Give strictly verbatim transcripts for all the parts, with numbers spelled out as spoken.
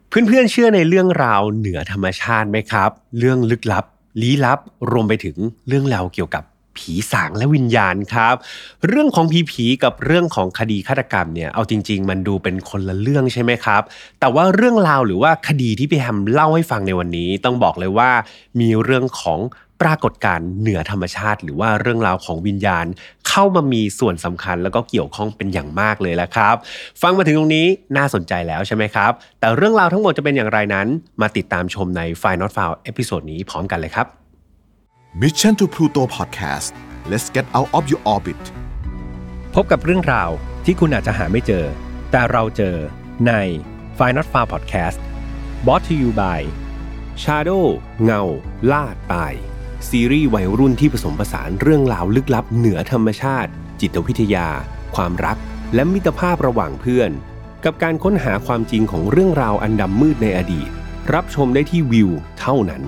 เพื่อนๆเชื่อในเรื่องราวเหนือธรรมชาติไหมครับเรื่องลึกลับลี้ลับรวมไปถึงเรื่องราวเกี่ยวกับผีสางและวิญญาณครับเรื่องของผีๆกับเรื่องของคดีฆาตกรรมเนี่ยเอาจริงๆมันดูเป็นคนละเรื่องใช่ไหมครับแต่ว่าเรื่องราวหรือว่าคดีที่พี่แฮมเล่าให้ฟังในวันนี้ต้องบอกเลยว่ามีเรื่องของปรากฏการณ์เหนือธรรมชาติหรือว่าเรื่องราวของวิญญาณเข้ามามีส่วนสำคัญแล้วก็เกี่ยวข้องเป็นอย่างมากเลยละครับฟังมาถึงตรงนี้น่าสนใจแล้วใช่ไหมครับแต่เรื่องราวทั้งหมดจะเป็นอย่างไรนั้นมาติดตามชมใน File Not Found เอพิโซดนี้พร้อมกันเลยครับ Mission to Pluto Podcast Let's get out of your orbit พบกับเรื่องราวที่คุณอาจจะหาไม่เจอแต่เราเจอใน File Not Found Podcast Brought to you by Shadow เงาล่าตายซีรีส์วัยรุ่นที่ผสมผสานเรื่องราวลึกลับเหนือธรรมชาติจิตวิทยาความรักและมิตรภาพระหว่างเพื่อนกับการค้นหาความจริงของเรื่องราวอันดำมืดในอดีตรับชมได้ที่วิวเท่านั้น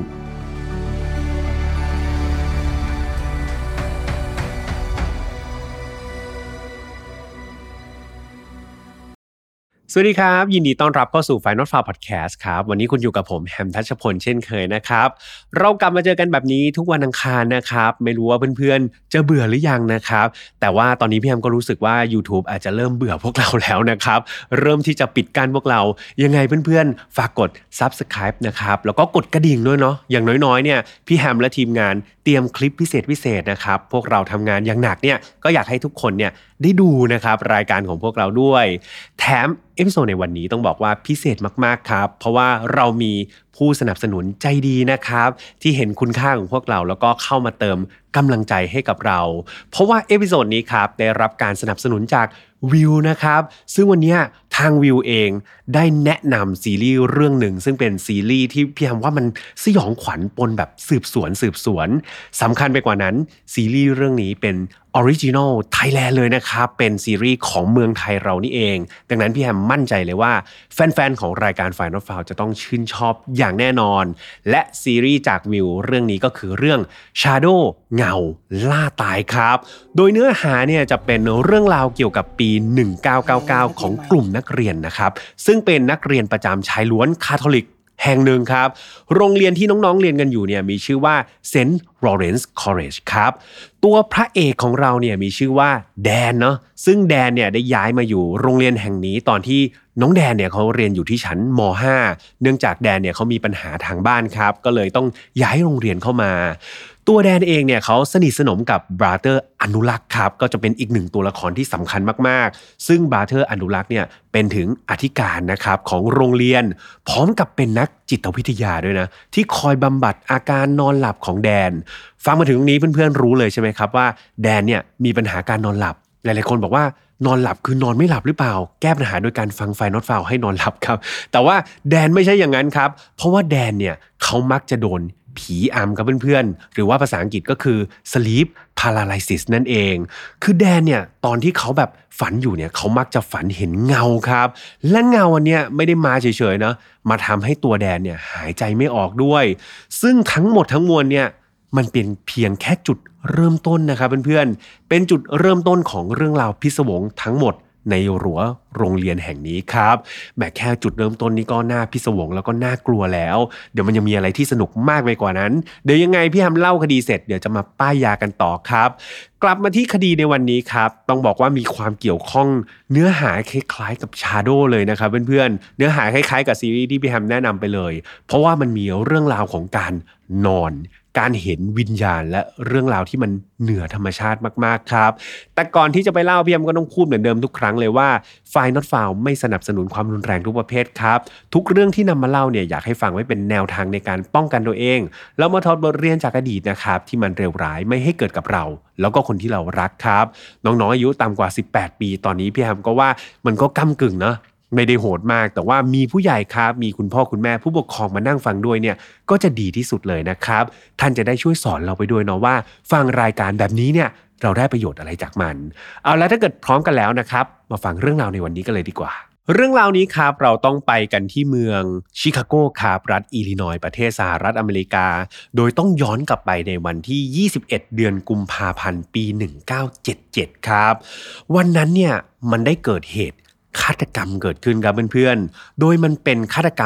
สวัสดีครับยินดีต้อนรับเข้าสู่ File Not Found Podcast ครับวันนี้คุณอยู่กับผมแฮมทัชพลเช่นเคยนะครับเรากลับมาเจอกันแบบนี้ทุกวันอังคารนะครับไม่รู้ว่าเพื่อนๆจะเบื่อหรือยังนะครับแต่ว่าตอนนี้พี่แฮมก็รู้สึกว่า YouTube อาจจะเริ่มเบื่อพวกเราแล้วนะครับเริ่มที่จะปิดกั้นพวกเรายังไงเพื่อนๆฝากกด Subscribe นะครับแล้วก็กดกระดิ่งด้วยเนาะอย่างน้อยๆเนี่ยพี่แฮมและทีมงานเตรียมคลิปพิเศษพิเศษนะครับพวกเราทำงานอย่างหนักเนี่ยก็อยากให้ทุกคนเนี่ยได้ดูนะครับรายการของพวกเราด้วยแถมเอพิโซดในวันนี้ต้องบอกว่าพิเศษมากๆครับเพราะว่าเรามีผู้สนับสนุนใจดีนะครับที่เห็นคุณค่าของพวกเราแล้วก็เข้ามาเติมกำลังใจให้กับเราเพราะว่าเอพิโซดนี้ครับได้รับการสนับสนุนจากวิวนะครับซึ่งวันนี้ทางวิวเองได้แนะนำซีรีส์เรื่องหนึ่งซึ่งเป็นซีรีส์ที่พี่แฮมว่ามันสยองขวัญปนแบบสืบสวนสืบสวนสำคัญไปกว่านั้นซีรีส์เรื่องนี้เป็นออริจินอลไทยแลนด์เลยนะครับเป็นซีรีส์ของเมืองไทยเรานี่เองดังนั้นพี่แฮมมั่นใจเลยว่าแฟนๆของรายการ File Not Found จะต้องชื่นชอบอย่างแน่นอนและซีรีส์จากวิวเรื่องนี้ก็คือเรื่อง Shadow เงาล่าตายครับโดยเนื้อหาเนี่ยจะเป็นเรื่องราวเกี่ยวกับปีหนึ่งเก้าเก้าเก้าของกลุ่มนักเรียนนะครับซึ่งเป็นนักเรียนประจำชายล้วนคาทอลิกแห่งหนึ่งครับโรงเรียนที่น้องๆเรียนกันอยู่เนี่ยมีชื่อว่า เซนต์ Lawrence College ครับตัวพระเอกของเราเนี่ยมีชื่อว่าแดนเนาะซึ่งแดนเนี่ยได้ย้ายมาอยู่โรงเรียนแห่งนี้ตอนที่น้องแดนเนี่ยเขาเรียนอยู่ที่ชั้นม.ห้า เนื่องจากแดนเนี่ยเขามีปัญหาทางบ้านครับก็เลยต้องย้ายโรงเรียนเข้ามาตัวแดนเองเนี่ยเขาสนิทสนมกับบราเธอร์อนุรักษ์ครับก็จะเป็นอีกหนึ่งตัวละครที่สำคัญมากๆซึ่งบราเธอร์อนุรักษ์เนี่ยเป็นถึงอธิการนะครับของโรงเรียนพร้อมกับเป็นนักจิตวิทยาด้วยนะที่คอยบำบัดอาการนอนหลับของแดนฟังมาถึงตรงนี้เพื่อนๆรู้เลยใช่ไหมครับว่าแดนเนี่ยมีปัญหาการนอนหลับหลายๆคนบอกว่านอนหลับคือนอนไม่หลับหรือเปล่าแก้ปัญหาโดยการฟังFile Not Foundให้นอนหลับครับแต่ว่าแดนไม่ใช่อย่างนั้นครับเพราะว่าแดนเนี่ยเขามักจะโดนผีอำกับเพื่อนๆหรือว่าภาษาอังกฤษก็คือ sleep paralysis นั่นเองคือแดนเนี่ยตอนที่เขาแบบฝันอยู่เนี่ยเขามักจะฝันเห็นเงาครับและเงาอันเนี้ยไม่ได้มาเฉยๆนะมาทำให้ตัวแดนเนี่ยหายใจไม่ออกด้วยซึ่งทั้งหมดทั้งมวลเนี่ยมันเป็นเพียงแค่จุดเริ่มต้นนะครับเพื่อนๆเป็นจุดเริ่มต้นของเรื่องราวพิศวงทั้งหมดในรั้วโรงเรียนแห่งนี้ครับแม้แค่จุดเริ่มต้นนี้ก็น่าพิศวงแล้วก็น่ากลัวแล้วเดี๋ยวมันยังมีอะไรที่สนุกมากไปกว่านั้นเดี๋ยวยังไงพี่แฮมเล่าคดีเสร็จเดี๋ยวจะมาป้ายยากันต่อครับกลับมาที่คดีในวันนี้ครับต้องบอกว่ามีความเกี่ยวข้องเนื้อหาคล้ายๆกับ Shadow เลยนะครับเพื่อนๆเนื้อหาคล้ายๆกับซีรีส์ที่พี่แฮมแนะนำไปเลยเพราะว่ามันมีเรื่องราวของการนอนการเห็นวิญญาณและเรื่องราวที่มันเหนือธรรมชาติมากๆครับแต่ก่อนที่จะไปเล่าพี่แอมก็ต้องพูดเหมือนเดิมทุกครั้งเลยว่า File Not Found ไม่สนับสนุนความรุนแรงทุกประเภทครับทุกเรื่องที่นำมาเล่าเนี่ยอยากให้ฟังไว้เป็นแนวทางในการป้องกันตัวเองแล้วมาถอดบทเรียนจากอดีตนะครับที่มันเลวร้ายไม่ให้เกิดกับเราแล้วก็คนที่เรารักครับน้องๆอายุต่ำกว่าสิบแปดปีตอนนี้พี่แอมก็ว่ามันก็ก้ำกึ่งเนาะไม่ได้โหดมากแต่ว่ามีผู้ใหญ่ครับมีคุณพ่อคุณแม่ผู้ปกครองมานั่งฟังด้วยเนี่ยก็จะดีที่สุดเลยนะครับท่านจะได้ช่วยสอนเราไปด้วยเนาะว่าฟังรายการแบบนี้เนี่ยเราได้ประโยชน์อะไรจากมันเอาละถ้าเกิดพร้อมกันแล้วนะครับมาฟังเรื่องราวในวันนี้กันเลยดีกว่าเรื่องราวนี้ครับเราต้องไปกันที่เมืองชิคาโกครับรัฐอิลลินอยส์ประเทศสหรัฐอเมริกาโดยต้องย้อนกลับไปในวันที่ยี่สิบเอ็ดเดือนกุมภาพันธ์ปีหนึ่งเก้าเจ็ดเจ็ดครับวันนั้นเนี่ยมันได้เกิดเหตุฆาตกรรมเกิดขึ้นครับเพื่อนๆโดยมันเป็นฆาตกรรม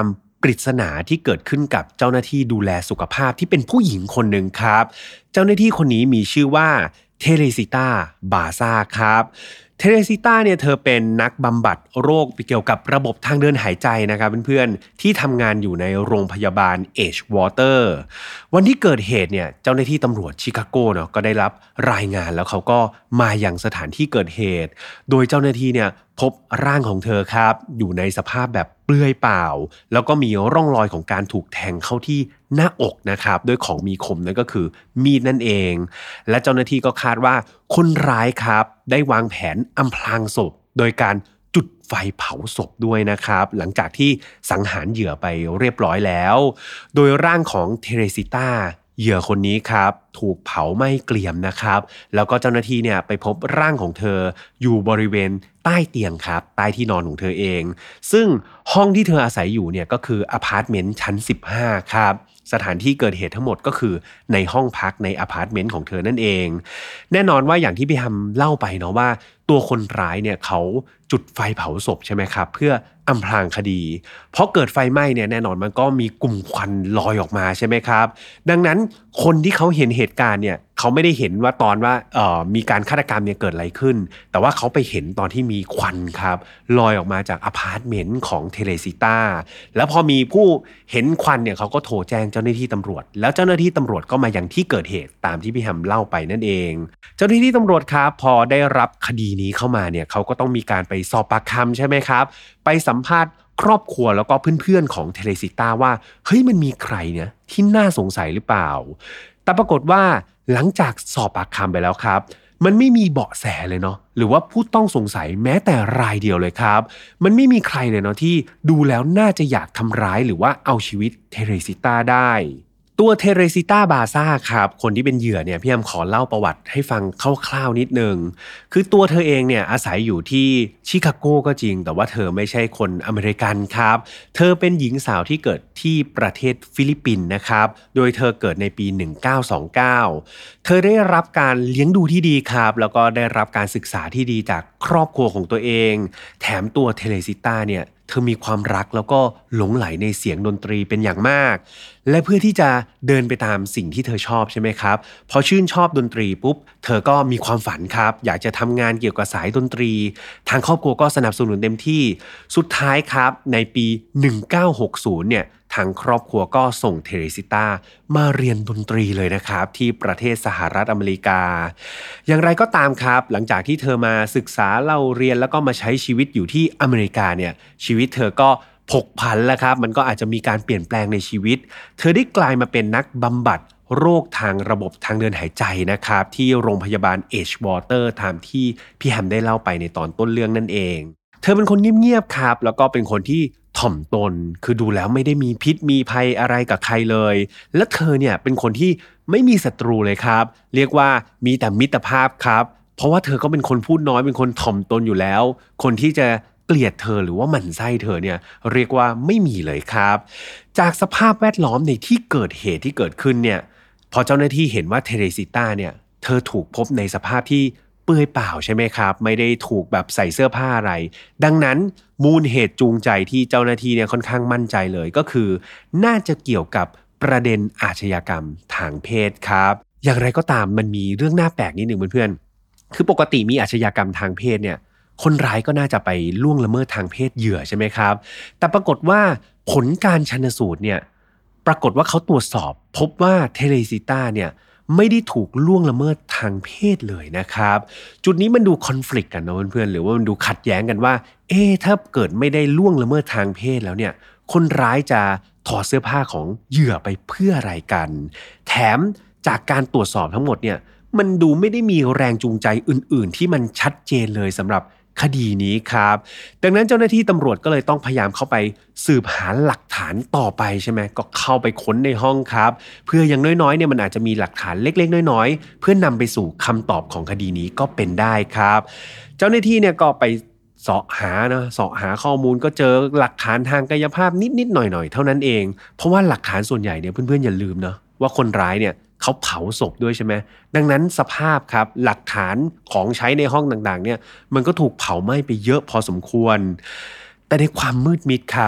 ริศนาที่เกิดขึ้นกับเจ้าหน้าที่ดูแลสุขภาพที่เป็นผู้หญิงคนหนึ่งครับเจ้าหน้าที่คนนี้มีชื่อว่าเทเรซิต้าบาซาครับเทเรซิต้าเนี่ยเธอเป็นนักบำบัดโรคเกี่ยวกับระบบทางเดินหายใจนะครับเพื่อนๆที่ทำงานอยู่ในโรงพยาบาลเอชวอเตอร์วันที่เกิดเหตุเนี่ยเจ้าหน้าที่ตำรวจชิคาโกเนาะก็ได้รับรายงานแล้วเขาก็มาอย่างสถานที่เกิดเหตุโดยเจ้าหน้าที่เนี่ยพบร่างของเธอครับอยู่ในสภาพแบบเปลือยเปล่าแล้วก็มีร่องรอยของการถูกแทงเข้าที่หน้าอกนะครับด้วยของมีคมนั่นก็คือมีดนั่นเองและเจ้าหน้าที่ก็คาดว่าคนร้ายครับได้วางแผนอำพรางศพโดยการจุดไฟเผาศพด้วยนะครับหลังจากที่สังหารเหยื่อไปเรียบร้อยแล้วโดยร่างของเทเรซิต้าเหยื่อคนนี้ครับถูกเผาไหม้เกรียมนะครับแล้วก็เจ้าหน้าที่เนี่ยไปพบร่างของเธออยู่บริเวณใต้เตียงครับใต้ที่นอนของเธอเองซึ่งห้องที่เธออาศัยอยู่เนี่ยก็คืออพาร์ตเมนต์ชั้นสิบห้าครับสถานที่เกิดเหตุทั้งหมดก็คือในห้องพักในอพาร์ตเมนต์ของเธอนั่นเองแน่นอนว่าอย่างที่พี่ฮัมเล่าไปเนาะว่าตัวคนร้ายเนี่ยเขาจุดไฟเผาศพใช่ไหมครับเพื่ออำพรางคดีเพราะเกิดไฟไหม้เนี่ยแน่นอนมันก็มีกลุ่มควันลอยออกมาใช่ไหมครับดังนั้นคนที่เขาเห็นเหตุการณ์เนี่ยเขาไม่ได้เห็นว่าตอนว่าเอ่อมีการฆาตกรรมเนี่ยเกิดอะไรขึ้นแต่ว่าเขาไปเห็นตอนที่มีควันครับลอยออกมาจากอพาร์ตเมนต์ของเทเรซิต้าแล้วพอมีผู้เห็นควันเนี่ยเขาก็โทรแจ้งเจ้าหน้าที่ตำรวจแล้วเจ้าหน้าที่ตำรวจก็มายังที่เกิดเหตุตามที่พี่ฮัมเล่าไปนั่นเองเจ้าหน้าที่ตำรวจครับพอได้รับคดีนี้เข้ามาเนี่ยเขาก็ต้องมีการไปสอบปากคำใช่ไหมครับไปสัมภาษณ์ครอบครัวแล้วก็เพื่อนๆของเทเรซิต้าว่าเฮ้ยมันมีใครเนี่ยที่น่าสงสัยหรือเปล่าแต่ปรากฏว่าหลังจากสอบปากคำไปแล้วครับมันไม่มีเบาะแสเลยเนาะหรือว่าผู้ต้องสงสัยแม้แต่รายเดียวเลยครับมันไม่มีใครเลยเนาะที่ดูแล้วน่าจะอยากทำร้ายหรือว่าเอาชีวิตเทเรซิต้าได้ตัวเทเรซิต้าบาซาครับคนที่เป็นเหยื่อเนี่ยพี่แอมขอเล่าประวัติให้ฟังคร่าวๆนิดนึงคือตัวเธอเองเนี่ยอาศัยอยู่ที่ชิคาโกก็จริงแต่ว่าเธอไม่ใช่คนอเมริกันครับเธอเป็นหญิงสาวที่เกิดที่ประเทศฟิลิปปินส์นะครับโดยเธอเกิดในปีหนึ่งเก้าสองเก้าเธอได้รับการเลี้ยงดูที่ดีครับแล้วก็ได้รับการศึกษาที่ดีจากครอบครัวของตัวเองแถมตัวเทเรซิต้าเนี่ยเธอมีความรักแล้วก็หลงไหลในเสียงดนตรีเป็นอย่างมากและเพื่อที่จะเดินไปตามสิ่งที่เธอชอบใช่ไหมครับพอชื่นชอบดนตรีปุ๊บเธอก็มีความฝันครับอยากจะทำงานเกี่ยวกับสายดนตรีทางครอบครัวก็สนับสนุนเต็มที่สุดท้ายครับในปีหนึ่งเก้าหกศูนย์เนี่ยทางครอบครัวก็ส่งเทเรซิต้ามาเรียนดนตรีเลยนะครับที่ประเทศสหรัฐอเมริกาอย่างไรก็ตามครับหลังจากที่เธอมาศึกษาเล่าเรียนแล้วก็มาใช้ชีวิตอยู่ที่อเมริกาเนี่ยชีวิตเธอก็ผกผันแล้วครับมันก็อาจจะมีการเปลี่ยนแปลงในชีวิตเธอได้กลายมาเป็นนักบำบัดโรคทางระบบทางเดินหายใจนะครับที่โรงพยาบาลเอชวอเตอร์ตามที่พี่แฮมได้เล่าไปในตอนต้นเรื่องนั่นเองเธอเป็นคนเงียบๆครับแล้วก็เป็นคนที่ถ่อมตนคือดูแล้วไม่ได้มีพิษมีภัยอะไรกับใครเลยและเธอเนี่ยเป็นคนที่ไม่มีศัตรูเลยครับเรียกว่ามีแต่มิตรภาพครับเพราะว่าเธอก็เป็นคนพูดน้อยเป็นคนถ่อมตนอยู่แล้วคนที่จะเกลียดเธอหรือว่าหมั่นไส้เธอเนี่ยเรียกว่าไม่มีเลยครับจากสภาพแวดล้อมในที่เกิดเหตุที่เกิดขึ้นเนี่ยพอเจ้าหน้าที่เห็นว่าเทเรซิต้าเนี่ยเธอถูกพบในสภาพที่เปลือยเปล่าใช่ไหมครับไม่ได้ถูกแบบใส่เสื้อผ้าอะไรดังนั้นมูลเหตุจูงใจที่เจ้าหน้าที่เนี่ยค่อนข้างมั่นใจเลยก็คือน่าจะเกี่ยวกับประเด็นอาชญากรรมทางเพศครับอย่างไรก็ตามมันมีเรื่องน่าแปลกนิดนึงเพื่อนๆคือปกติมีอาชญากรรมทางเพศเนี่ยคนร้ายก็น่าจะไปล่วงละเมิดทางเพศเหยื่อใช่ไหมครับแต่ปรากฏว่าผลการชันสูตรเนี่ยปรากฏว่าเขาตรวจสอบพบว่าเทเรซิต้าเนี่ยไม่ได้ถูกล่วงละเมิดทางเพศเลยนะครับจุดนี้มันดูคอนฟลิกต์กันนะเพื่อนๆหรือว่ามันดูขัดแย้งกันว่าเอ๊ะถ้าเกิดไม่ได้ล่วงละเมิดทางเพศแล้วเนี่ยคนร้ายจะถอดเสื้อผ้าของเหยื่อไปเพื่ออะไรกันแถมจากการตรวจสอบทั้งหมดเนี่ยมันดูไม่ได้มีแรงจูงใจอื่นๆที่มันชัดเจนเลยสำหรับคดีนี้ครับดังนั้นเจ้าหน้าที่ตำรวจก็เลยต้องพยายามเข้าไปสืบหาหลักฐานต่อไปใช่ไหมก็เข้าไปค้นในห้องครับเพื่ออย่างน้อยๆเนี่ยมันอาจจะมีหลักฐานเล็กๆน้อยๆเพื่อนำไปสู่คำตอบของคดีนี้ก็เป็นได้ครับเจ้าหน้าที่เนี่ยก็ไปเสาะหานะเสาะหาข้อมูลก็เจอหลักฐานทางกายภาพนิดๆหน่อยๆเท่านั้นเองเพราะว่าหลักฐานส่วนใหญ่เนี่ยเพื่อนๆอย่าลืมนะว่าคนร้ายเนี่ยเขาเผาศพด้วยใช่ไหมดังนั้นสภาพครับหลักฐานของใช้ในห้องต่างๆเนี่ยมันก็ถูกเผาไหม้ไปเยอะพอสมควรแต่ในความมืดมิดครับ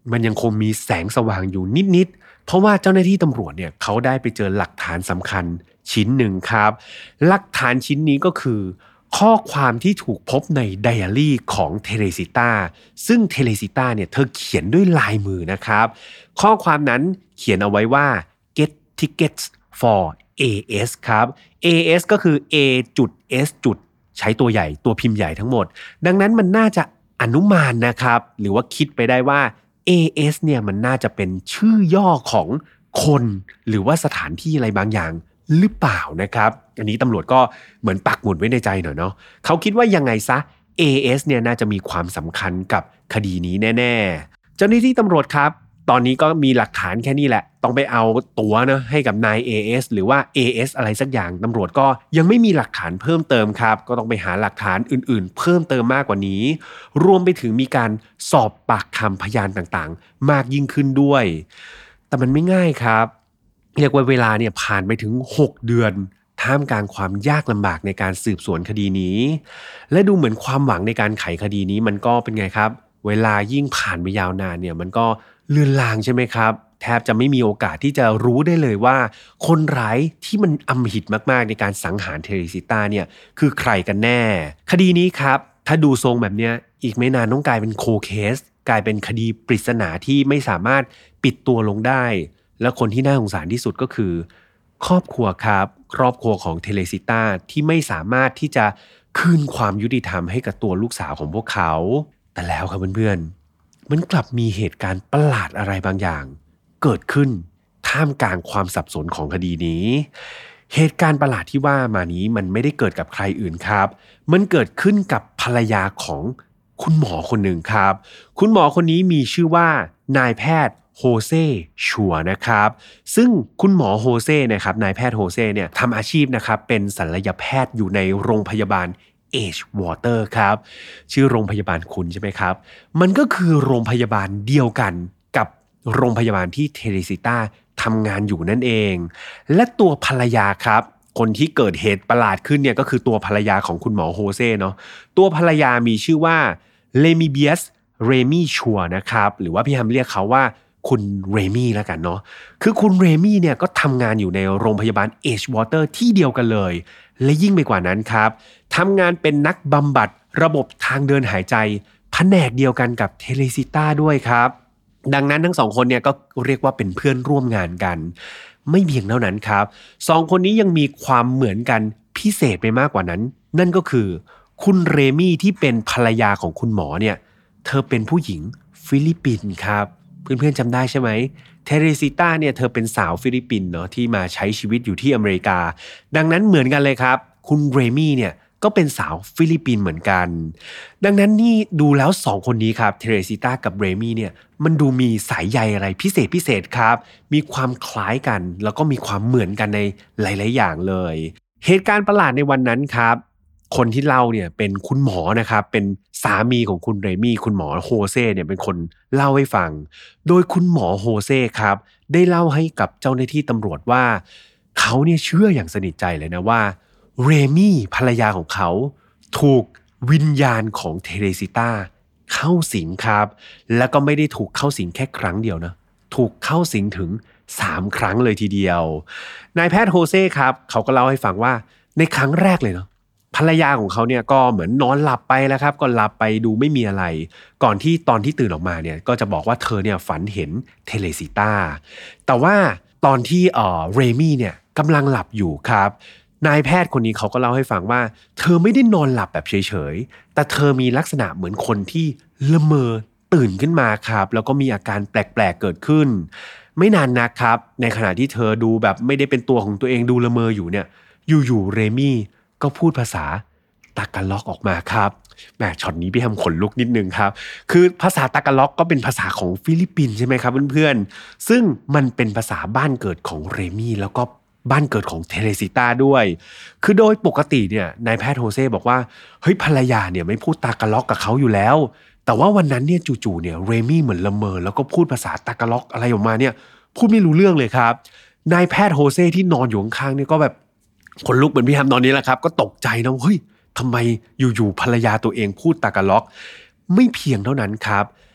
มันยังคงมีแสงสว่างอยู่นิดๆเพราะว่าเจ้าหน้าที่ตำรวจเนี่ยเขาได้ไปเจอหลักฐานสำคัญชิ้นหนึ่งครับหลักฐานชิ้นนี้ก็คือข้อความที่ถูกพบในไดอารี่ของเทเรซิต้าซึ่งเทเรซิต้าเนี่ยเธอเขียนด้วยลายมือนะครับข้อความนั้นเขียนเอาไว้ว่า get tickets for เอ เอส ครับ เอ เอส ก็คือ A จุด S จุดใช้ตัวใหญ่ตัวพิมพ์ใหญ่ทั้งหมดดังนั้นมันน่าจะอนุมานนะครับหรือว่าคิดไปได้ว่า เอ เอส เนี่ยมันน่าจะเป็นชื่อย่อของคนหรือว่าสถานที่อะไรบางอย่างหรือเปล่านะครับอันนี้ตำรวจก็เหมือนปักหมุดไว้ในใจหน่อยเนาะเขาคิดว่ายังไงซะ เอ เอส เนี่ยน่าจะมีความสำคัญกับคดีนี้แน่ๆเจ้าหน้าที่ตำรวจครับตอนนี้ก็มีหลักฐานแค่นี้แหละต้องไปเอาตัวนะให้กับนาย เอ เอส หรือว่า เอ เอส อะไรสักอย่างตำรวจก็ยังไม่มีหลักฐานเพิ่มเติมครับก็ต้องไปหาหลักฐานอื่นๆเพิ่มเติมมากกว่านี้รวมไปถึงมีการสอบปากคำพยานต่างๆมากยิ่งขึ้นด้วยแต่มันไม่ง่ายครับเรียกว่าเวลาเนี่ยผ่านไปถึงหกเดือนท่ามกลางความยากลำบากในการสืบสวนคดีนี้และดูเหมือนความหวังในการไขคดีนี้มันก็เป็นไงครับเวลายิ่งผ่านไปยาวนานเนี่ยมันก็เลือนลางใช่ไหมครับแทบจะไม่มีโอกาสที่จะรู้ได้เลยว่าคนร้ายที่มันอำมหิตมากๆในการสังหารเทเรซิต้าเนี่ยคือใครกันแน่คดีนี้ครับถ้าดูทรงแบบเนี้ยอีกไม่นานต้องกลายเป็นโคเคสกลายเป็นคดีปริศนาที่ไม่สามารถปิดตัวลงได้และคนที่น่าสงสารที่สุดก็คือครอบครัวครับครอบครัวของเทเรซิต้าที่ไม่สามารถที่จะคืนความยุติธรรมให้กับตัวลูกสาวของพวกเขาแต่แล้วครับเพื่อนๆมันกลับมีเหตุการณ์ประหลาดอะไรบางอย่างเกิดขึ้นท่ามกลางความสับสนของคดีนี้เหตุการณ์ประหลาดที่ว่ามานี้มันไม่ได้เกิดกับใครอื่นครับมันเกิดขึ้นกับภรรยาของคุณหมอคนหนึ่งครับคุณหมอคนนี้มีชื่อว่านายแพทย์โฮเซ่ชัวนะครับซึ่งคุณหมอโฮเซ่นะครับนายแพทย์โฮเซ่เนี่ยทำอาชีพนะครับเป็นศัลยแพทย์อยู่ในโรงพยาบาลเอจวอเตอร์ครับชื่อโรงพยาบาลคุณใช่ไหมครับมันก็คือโรงพยาบาลเดียวกันกับโรงพยาบาลที่เทเรซิต้าทำงานอยู่นั่นเองและตัวภรรยาครับคนที่เกิดเหตุประหลาดขึ้นเนี่ยก็คือตัวภรรยาของคุณหมอโฮเซ่เนาะตัวภรรยามีชื่อว่าเลมิเบียสเรมี่ชัวนะครับหรือว่าพี่ฮัมเรียกเขาว่าคุณเรมี่แล้วกันเนาะคือคุณเรมี่เนี่ยก็ทำงานอยู่ในโรงพยาบาลเอจวอเตอร์ที่เดียวกันเลยและยิ่งไปกว่านั้นครับทำงานเป็นนักบำบัดระบบทางเดินหายใจแผนกเดียวกันกับเทเรซิต้าด้วยครับดังนั้นทั้งสองคนเนี่ยก็เรียกว่าเป็นเพื่อนร่วมงานกันไม่เพียงเท่านั้นครับสองคนนี้ยังมีความเหมือนกันพิเศษไปมากกว่านั้นนั่นก็คือคุณเรมี่ที่เป็นภรรยาของคุณหมอเนี่ยเธอเป็นผู้หญิงฟิลิปปินส์ครับเพื่อนๆจำได้ใช่ไหมเทเรซิต้าเนี่ยเธอเป็นสาวฟิลิปปินส์เนาะที่มาใช้ชีวิตอยู่ที่อเมริกาดังนั้นเหมือนกันเลยครับคุณเรมี่เนี่ยก็เป็นสาวฟิลิปปินส์เหมือนกันดังนั้นนี่ดูแล้วสองคนนี้ครับเทเรซิต้ากับเรมี่เนี่ยมันดูมีสายใยอะไรพิเศษพิเศษครับมีความคล้ายกันแล้วก็มีความเหมือนกันในหลายๆอย่างเลยเหตุการณ์ประหลาดในวันนั้นครับคนที่เล่าเนี่ยเป็นคุณหมอนะครับเป็นสามีของคุณเรมี่คุณหมอโฮเซ่เนี่ยเป็นคนเล่าให้ฟังโดยคุณหมอโฮเซ่ครับได้เล่าให้กับเจ้าหน้าที่ตำรวจว่าเขาเนี่ยเชื่ออย่างสนิทใจเลยนะว่าเรมี่ภรรยาของเขาถูกวิญญาณของเทเรซิต้าเข้าสิงครับแล้วก็ไม่ได้ถูกเข้าสิงแค่ครั้งเดียวนะถูกเข้าสิงถึงสามครั้งเลยทีเดียวนายแพทย์โฮเซ่ครับเขาก็เล่าให้ฟังว่าในครั้งแรกเลยเนาะภรรยาของเขาเนี่ยก็เหมือนนอนหลับไปแล้วครับก็หลับไปดูไม่มีอะไรก่อนที่ตอนที่ตื่นออกมาเนี่ยก็จะบอกว่าเธอเนี่ยฝันเห็นเทเรซิต้าแต่ว่าตอนที่เอ่อเรมี่เนี่ยกำลังหลับอยู่ครับนายแพทย์คนนี้เขาก็เล่าให้ฟังว่าเธอไม่ได้นอนหลับแบบเฉยๆแต่เธอมีลักษณะเหมือนคนที่ละเมอตื่นขึ้นมาครับแล้วก็มีอาการแปลกๆเกิดขึ้นไม่นานนักครับในขณะที่เธอดูแบบไม่ได้เป็นตัวของตัวเองดูละเมออยู่เนี่ยอยู่ๆเรมี่ก็พูดภาษาตากาล็อกออกมาครับแหมช็อตนี้พี่ทำขนลุกนิดนึงครับคือภาษาตากาล็อกก็เป็นภาษาของฟิลิปปินส์ใช่ไหมครับเพื่อนๆซึ่งมันเป็นภาษาบ้านเกิดของเรมี่แล้วก็บ้านเกิดของเทเรซิต้าด้วยคือโดยปกติเนี่ยนายแพทย์โฮเซ่บอกว่าเฮ้ยภรรยาเนี่ยไม่พูดตากาล็อกกับเขาอยู่แล้วแต่ว่าวันนั้นเนี่ยจู่ๆเนี่ยเรมี่เหมือนละเมอแล้วก็พูดภาษาตากาล็อกอะไรออกมาเนี่ยพูดไม่รู้เรื่องเลยครับนายแพทย์โฮเซ่ที่นอนอยู่ข้างๆเนี่ยก็แบบคนลุกเหมือนพี่แฮมตอนนี้แหละครับก็ตกใจนะเฮ้ยทำไมอยู่ๆภรรยาตัวเองพูดตากาล็อกไม่เพียงเท่านั้นครับ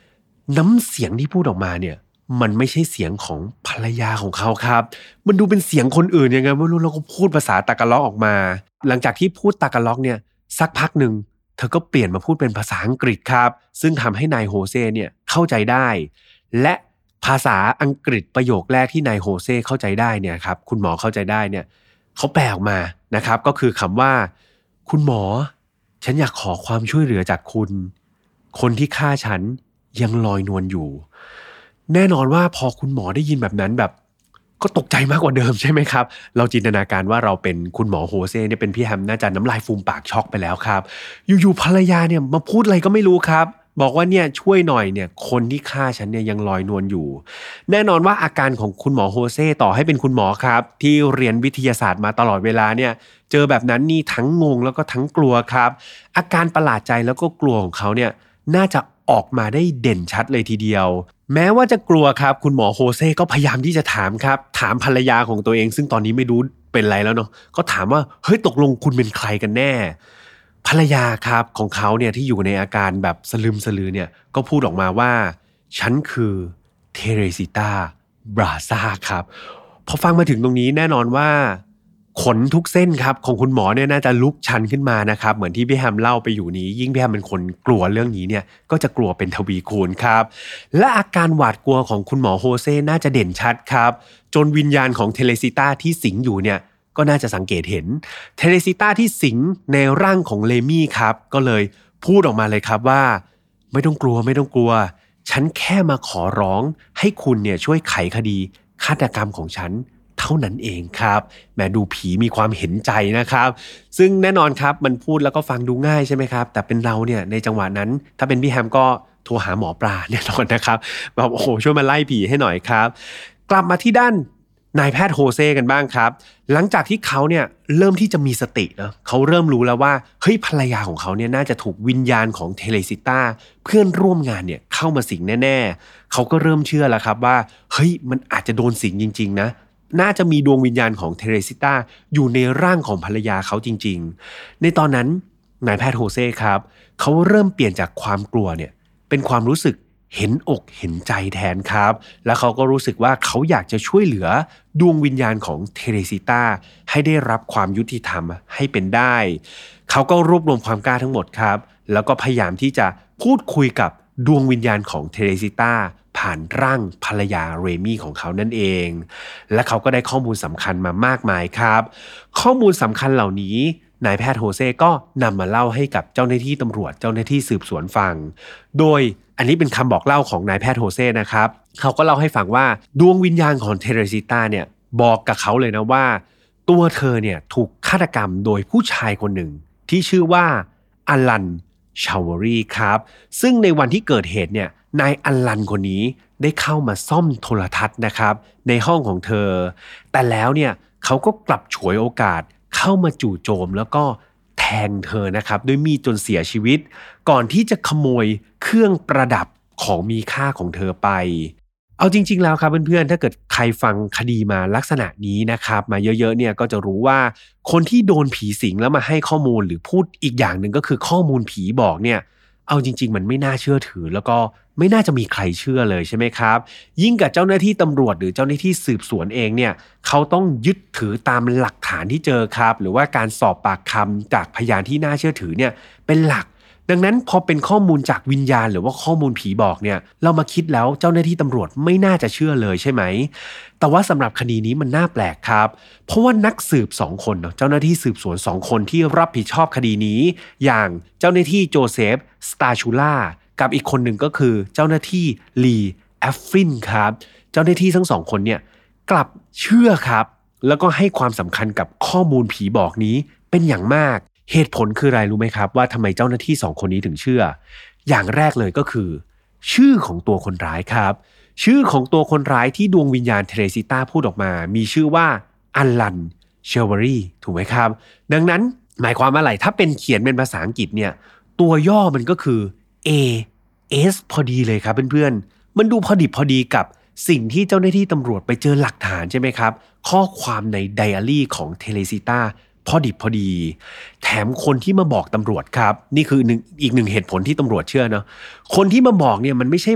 น้ำเสียงที่พูดออกมาเนี่ยมันไม่ใช่เสียงของภรรยาของเขาครับมันดูเป็นเสียงคนอื่นยังไงไม่รู้แล้วก็พูดภาษาตากาล็อกออกมาหลังจากที่พูดตากาล็อกเนี่ยสักพักหนึ่งเธอก็เปลี่ยนมาพูดเป็นภาษาอังกฤษครับซึ่งทำให้นายโฮเซ่เนี่ยเข้าใจได้และภาษาอังกฤษประโยคแรกที่นายโฮเซ่เข้าใจได้เนี่ยครับคุณหมอเข้าใจได้เนี่ยเขาแปลออกมานะครับก็คือคำว่าคุณหมอฉันอยากขอความช่วยเหลือจากคุณคนที่ฆ่าฉันยังลอยนวลอยู่แน่นอนว่าพอคุณหมอได้ยินแบบนั้นแบบก็ตกใจมากกว่าเดิมใช่ไหมครับเราจินตนาการว่าเราเป็นคุณหมอโฮเซ่เนี่ยเป็นพี่แฮมน่าจะน้ำลายฟูมปากช็อกไปแล้วครับอยู่ๆภรรยาเนี่ยมาพูดอะไรก็ไม่รู้ครับบอกว่าเนี่ยช่วยหน่อยเนี่ยคนที่ฆ่าฉันเนี่ยยังลอยนวลอยู่แน่นอนว่าอาการของคุณหมอโฮเซ่ต่อให้เป็นคุณหมอครับที่เรียนวิทยาศาสตร์มาตลอดเวลาเนี่ยเจอแบบนั้นนี่ทั้งงงแล้วก็ทั้งกลัวครับอาการประหลาดใจแล้วก็กลัวของเขาเนี่ยน่าจะออกมาได้เด่นชัดเลยทีเดียวแม้ว่าจะกลัวครับคุณหมอโฮเซ่ก็พยายามที่จะถามครับถามภรรยาของตัวเองซึ่งตอนนี้ไม่รู้เป็นไรแล้วเนาะก็ถามว่าเฮ้ยตกลงคุณเป็นใครกันแน่ภรรยาครับของเขาเนี่ยที่อยู่ในอาการแบบสลึมสลือเนี่ยก็พูดออกมาว่าฉันคือเทเรซิต้าบราซ่าครับพอฟังมาถึงตรงนี้แน่นอนว่าขนทุกเส้นครับของคุณหมอเนี่ยน่าจะลุกชันขึ้นมานะครับเหมือนที่พี่แฮมเล่าไปอยู่นี้ยิ่งพี่แฮมเป็นคนกลัวเรื่องนี้เนี่ยก็จะกลัวเป็นทวีคูณครับและอาการหวาดกลัวของคุณหมอโฮเซ่น่าจะเด่นชัดครับจนวิญญาณของเทเลซิต้าที่สิงอยู่เนี่ยก็น่าจะสังเกตเห็นเทเลซิต้าที่สิงในร่างของเลมี่ครับก็เลยพูดออกมาเลยครับว่าไม่ต้องกลัวไม่ต้องกลัวฉันแค่มาขอร้องให้คุณเนี่ยช่วยไขคดีฆาตกรรมของฉันเท่านั้นเองครับแม้ดูผีมีความเห็นใจนะครับซึ่งแน่นอนครับมันพูดแล้วก็ฟังดูง่ายใช่ไหมครับแต่เป็นเราเนี่ยในจังหวะนั้นถ้าเป็นพี่แฮมก็โทรหาหมอปลาแน่นอนนะครับแบบโอ้โหช่วยมาไล่ผีให้หน่อยครับกลับมาที่ด้านนายแพทย์โฮเซ่กันบ้างครับหลังจากที่เขาเนี่ยเริ่มที่จะมีสตินะเขาเริ่มรู้แล้วว่าเฮ้ยภรรยาของเขาเนี่ยน่าจะถูกวิญญาณของเทเลซิต้าเพื่อนร่วมงานเนี่ยเข้ามาสิงแน่ๆเขาก็เริ่มเชื่อแล้วครับว่าเฮ้ยมันอาจจะโดนสิงจริงๆนะน่าจะมีดวงวิญญาณของเทเรซิต้าอยู่ในร่างของภรรยาเขาจริงๆในตอนนั้นนายแพทย์โฮเซ่ครับเขาเริ่มเปลี่ยนจากความกลัวเนี่ยเป็นความรู้สึกเห็นอกเห็นใจแทนครับแล้วเขาก็รู้สึกว่าเขาอยากจะช่วยเหลือดวงวิญญาณของเทเรซิต้าให้ได้รับความยุติธรรมให้เป็นได้เขาก็รวบรวมความกล้าทั้งหมดครับแล้วก็พยายามที่จะพูดคุยกับดวงวิญญาณของเทเรซิต้าผ่านร่างภรรยาเรมี่ของเขานั่นเองและเขาก็ได้ข้อมูลสำคัญมามากมายครับข้อมูลสำคัญเหล่านี้นายแพทย์โฮเซ่ก็นำมาเล่าให้กับเจ้าหน้าที่ตำรวจเจ้าหน้าที่สืบสวนฟังโดยอันนี้เป็นคำบอกเล่าของนายแพทย์โฮเซ่นะครับเขาก็เล่าให้ฟังว่าดวงวิญญาณของเทเรซิต้าเนี่ยบอกกับเขาเลยนะว่าตัวเธอเนี่ยถูกฆาตกรรมโดยผู้ชายคนหนึ่งที่ชื่อว่าอลันชาวรีครับซึ่งในวันที่เกิดเหตุเนี่ยนายอลันคนนี้ได้เข้ามาซ่อมโทรทัศน์นะครับในห้องของเธอแต่แล้วเนี่ยเขาก็กลับฉวยโอกาสเข้ามาจู่โจมแล้วก็แทงเธอนะครับด้วยมีดจนเสียชีวิตก่อนที่จะขโมยเครื่องประดับของมีค่าของเธอไปเอาจริงๆแล้วครับเพื่อนๆถ้าเกิดใครฟังคดีมาลักษณะนี้นะครับมาเยอะๆเนี่ยก็จะรู้ว่าคนที่โดนผีสิงแล้วมาให้ข้อมูลหรือพูดอีกอย่างหนึ่งก็คือข้อมูลผีบอกเนี่ยเอาจริงๆมันไม่น่าเชื่อถือแล้วก็ไม่น่าจะมีใครเชื่อเลยใช่ไหมครับยิ่งกับเจ้าหน้าที่ตำรวจหรือเจ้าหน้าที่สืบสวนเองเนี่ยเขาต้องยึดถือตามหลักฐานที่เจอครับหรือว่าการสอบปากคำจากพยานที่น่าเชื่อถือเนี่ยเป็นหลักดังนั้นพอเป็นข้อมูลจากวิญญาณหรือว่าข้อมูลผีบอกเนี่ยเรามาคิดแล้วเจ้าหน้าที่ตำรวจไม่น่าจะเชื่อเลยใช่ไหมแต่ว่าสำหรับคดีนี้มันน่าแปลกครับเพราะว่านักสืบสองคนเนาะเจ้าหน้าที่สืบสวนสองคนที่รับผิดชอบคดีนี้อย่างเจ้าหน้าที่โจเซฟสตาชูล่ากับอีกคนหนึ่งก็คือเจ้าหน้าที่ลีแอฟฟินครับเจ้าหน้าที่ทั้งสองคนเนี่ยกลับเชื่อครับแล้วก็ให้ความสำคัญกับข้อมูลผีบอกนี้เป็นอย่างมากเหตุผลคืออะไรรู้ไหมครับว่าทำไมเจ้าหน้าที่สองคนนี้ถึงเชื่ออย่างแรกเลยก็คือชื่อของตัวคนร้ายครับชื่อของตัวคนร้ายที่ดวงวิญญาณเทเรซิต้าพูดออกมามีชื่อว่าอลันเชลเวอรี่ถูกไหมครับดังนั้นหมายความว่าอะไรถ้าเป็นเขียนเป็นภาษาอังกฤษเนี่ยตัวย่อมันก็คือ A S พอดีเลยครับเพื่อนๆมันดูพอดิบพอดีกับสิ่งที่เจ้าหน้าที่ตำรวจไปเจอหลักฐานใช่ไหมครับข้อความในไดอารี่ของเทเลซิต้าพอดิบพอดีแถมคนที่มาบอกตำรวจครับนี่คือหนึ่งอีกหนึ่งเหตุผลที่ตำรวจเชื่อเนาะคนที่มาบอกเนี่ยมันไม่ใช่แบบ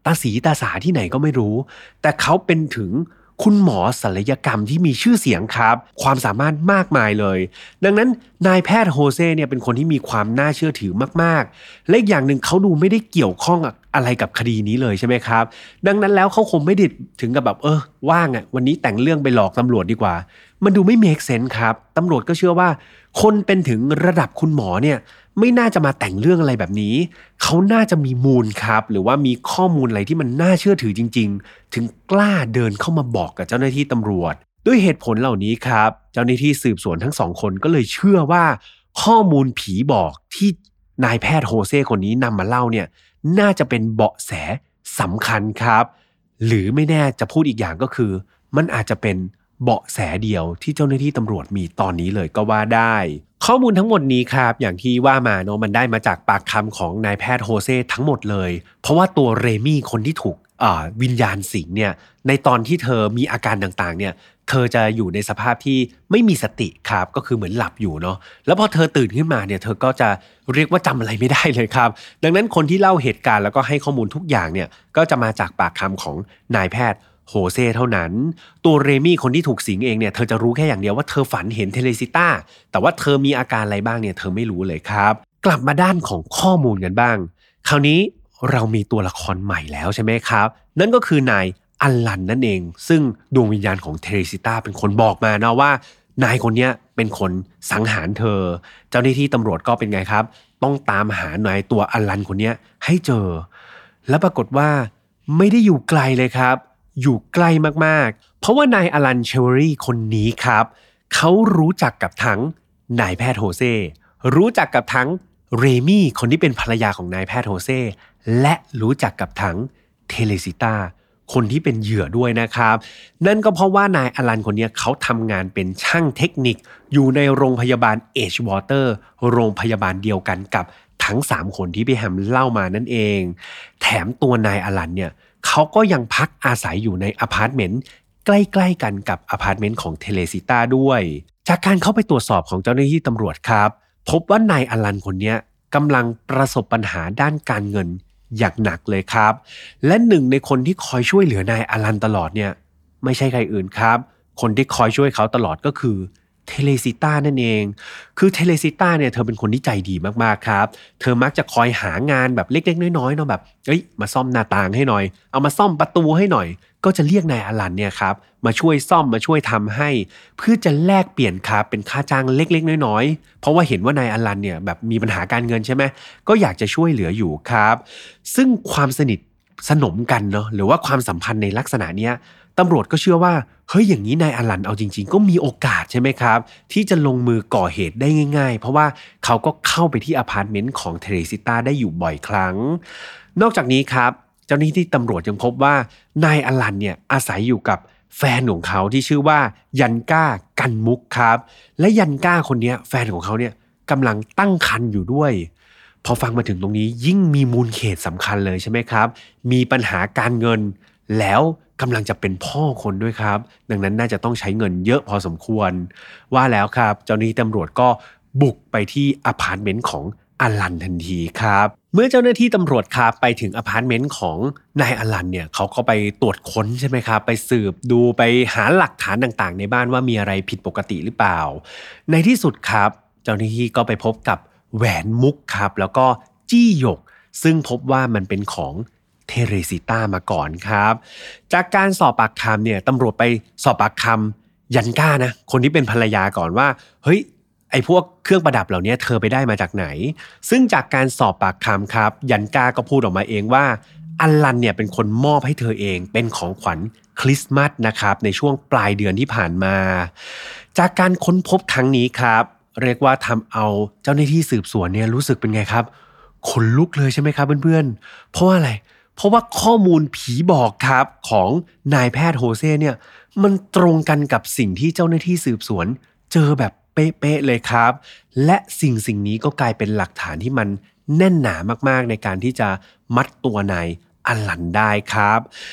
ตาสีตาสาที่ไหนก็ไม่รู้แต่เขาเป็นถึงคุณหมอศัลยกรรมที่มีชื่อเสียงครับความสามารถมากมายเลยดังนั้นนายแพทย์โฮเซ่เนี่ยเป็นคนที่มีความน่าเชื่อถือมากๆและอีกอย่างหนึ่งเขาดูไม่ได้เกี่ยวข้องอะไรกับคดีนี้เลยใช่ไหมครับดังนั้นแล้วเขาคงไม่ได้ถึงกับแบบเออว่างอ่ะวันนี้แต่งเรื่องไปหลอกตำรวจดีกว่ามันดูไม่เมคเซนส์ครับตำรวจก็เชื่อว่าคนเป็นถึงระดับคุณหมอเนี่ยไม่น่าจะมาแต่งเรื่องอะไรแบบนี้เขาน่าจะมีมูลครับหรือว่ามีข้อมูลอะไรที่มันน่าเชื่อถือจริงๆถึงกล้าเดินเข้ามาบอกกับเจ้าหน้าที่ตำรวจด้วยเหตุผลเหล่านี้ครับเจ้าหน้าที่สืบสวนทั้งสองคนก็เลยเชื่อว่าข้อมูลผีบอกที่นายแพทย์โฮเซ่คนนี้นำมาเล่าเนี่ยน่าจะเป็นเบาะแสสำคัญครับหรือไม่แน่จะพูดอีกอย่างก็คือมันอาจจะเป็นเบาะแสเดียวที่เจ้าหน้าที่ตำรวจมีตอนนี้เลยก็ว่าได้ข้อมูลทั้งหมดนี้ครับอย่างที่ว่ามาเนาะมันได้มาจากปากคำของนายแพทย์โฮเซ่ทั้งหมดเลยเพราะว่าตัวเรมี่คนที่ถูกวิญญาณสิงเนี่ยในตอนที่เธอมีอาการต่างๆเนี่ยเธอจะอยู่ในสภาพที่ไม่มีสติครับก็คือเหมือนหลับอยู่เนาะแล้วพอเธอตื่นขึ้นมาเนี่ยเธอก็จะเรียกว่าจำอะไรไม่ได้เลยครับดังนั้นคนที่เล่าเหตุการณ์แล้วก็ให้ข้อมูลทุกอย่างเนี่ยก็จะมาจากปากคำของนายแพทย์โฮเซ่เท่านั้นตัวเรมี่คนที่ถูกสิงเองเนี่ยเธอจะรู้แค่อย่างเดียวว่าเธอฝันเห็นเทเลซิต้าแต่ว่าเธอมีอาการอะไรบ้างเนี่ยเธอไม่รู้เลยครับกลับมาด้านของข้อมูลกันบ้างคราวนี้เรามีตัวละครใหม่แล้วใช่ไหมครับนั่นก็คือนายอัลลันนั่นเองซึ่งดวงวิญญาณของเทเลซิต้าเป็นคนบอกมานะว่านายคนนี้เป็นคนสังหารเธอเจ้าหน้าที่ตำรวจก็เป็นไงครับต้องตามหานายตัวอัลลันคนนี้ให้เจอแล้วปรากฏว่าไม่ได้อยู่ไกลเลยครับอยู่ใกล้มากๆเพราะว่านายอลันเชเวอรี่คนนี้ครับเขารู้จักกับทั้งนายแพทย์โฮเซ่รู้จักกับทั้งเรมี่คนที่เป็นภรรยาของนายแพทย์โฮเซ่และรู้จักกับทั้งเทเลซิต้าคนที่เป็นเหยื่อด้วยนะครับนั่นก็เพราะว่านายอลันคนนี้เขาทำงานเป็นช่างเทคนิคอยู่ในโรงพยาบาลเอชวอเตอร์โรงพยาบาลเดียวกันกับทั้งสามคนที่พี่แฮมเล่ามานั่นเองแถมตัวนายอลันเนี่ยเขาก็ยังพักอาศัยอยู่ในอพาร์ตเมนต์ใกล้ๆกันกับอพาร์ตเมนต์ของเทเลซิต้าด้วยจากการเข้าไปตรวจสอบของเจ้าหน้าที่ตำรวจครับพบว่านายอลันคนนี้กำลังประสบปัญหาด้านการเงินอย่างหนักเลยครับและหนึ่งในคนที่คอยช่วยเหลือนายอลันตลอดเนี่ยไม่ใช่ใครอื่นครับคนที่คอยช่วยเขาตลอดก็คือเทเลซิต้านั่นเองคือเทเลซิต้าเนี่ยเธอเป็นคนที่ใจดีมากๆครับเธอมักจะคอยหางานแบบเล็กๆน้อยๆเนาะแบบเอ้ยมาซ่อมหน้าต่างให้หน่อยเอามาซ่อมประตูให้หน่อยก็จะเรียกนายอลันเนี่ยครับมาช่วยซ่อมมาช่วยทำให้เพื่อจะแลกเปลี่ยนครับเป็นค่าจ้างเล็กๆน้อยๆเพราะว่าเห็นว่านายอลันเนี่ยแบบมีปัญหาการเงินใช่ไหมก็อยากจะช่วยเหลืออยู่ครับซึ่งความสนิทสนมกันเนาะหรือว่าความสัมพันธ์ในลักษณะเนี้ยตำรวจก็เชื่อว่าเฮ้ยอย่างนี้นายอลันเอาจริงๆก็มีโอกาสใช่ไหมครับที่จะลงมือก่อเหตุได้ง่ายๆเพราะว่าเขาก็เข้าไปที่อพาร์ตเมนต์ของเทเรซิต้าได้อยู่บ่อยครั้งนอกจากนี้ครับเจ้าหน้าที่ตำรวจยังพบว่านายอลันเนี่ยอาศัยอยู่กับแฟนของเขาที่ชื่อว่ายันก้ากันมุกครับและยันก้าคนนี้แฟนของเขาเนี่ยกำลังตั้งครรภ์อยู่ด้วยพอฟังมาถึงตรงนี้ยิ่งมีมูลเหตุสำคัญเลยใช่ไหมครับมีปัญหาการเงินแล้วกำลังจะเป็นพ่อคนด้วยครับดังนั้นน่าจะต้องใช้เงินเยอะพอสมควรว่าแล้วครับเจ้าหน้าที่ตำรวจก็บุกไปที่อพาร์ตเมนต์ของอลันทันทีครับเมื่อเจ้าหน้าที่ตำรวจครับไปถึงอพาร์ตเมนต์ของนายอลันเนี่ยเขาก็ไปตรวจค้นใช่ไหมครับไปสืบดูไปหาหลักฐานต่างๆในบ้านว่ามีอะไรผิดปกติหรือเปล่าในที่สุดครับเจ้าหน้าที่ก็ไปพบกับแหวนมุกครับแล้วก็จี้หยกซึ่งพบว่ามันเป็นของเทเรซิต้ามาก่อนครับจากการสอบปากคำเนี่ยตำรวจไปสอบปากคำยันก้านะคนที่เป็นภรรยาก่อนว่าเฮ้ยไอ้พวกเครื่องประดับเหล่านี้เธอไปได้มาจากไหนซึ่งจากการสอบปากคำครับยันก้าก็พูดออกมาเองว่าอลันเนี่ยเป็นคนมอบให้เธอเองเป็นของขวัญคริสต์มาสนะครับในช่วงปลายเดือนที่ผ่านมาจากการค้นพบครั้งนี้ครับเรียกว่าทำเอาเจ้าหน้าที่สืบสวนเนี่ยรู้สึกเป็นไงครับขนลุกเลยใช่ไหมครับเพื่อนๆเพราะว่าอะไรเพราะว่าข้อมูลผีบอกครับของนายแพทย์โฮเซ่เนี่ยมันตรงกันกับสิ่งที่เจ้าหน้าที่สืบสวนเจอแบบเป๊ะๆเลยครับและสิ่งสิ่งนี้ก็กลายเป็นหลักฐานที่มันแน่นหนามากๆในการที่จะมัดตัวนายอลันได้ครับ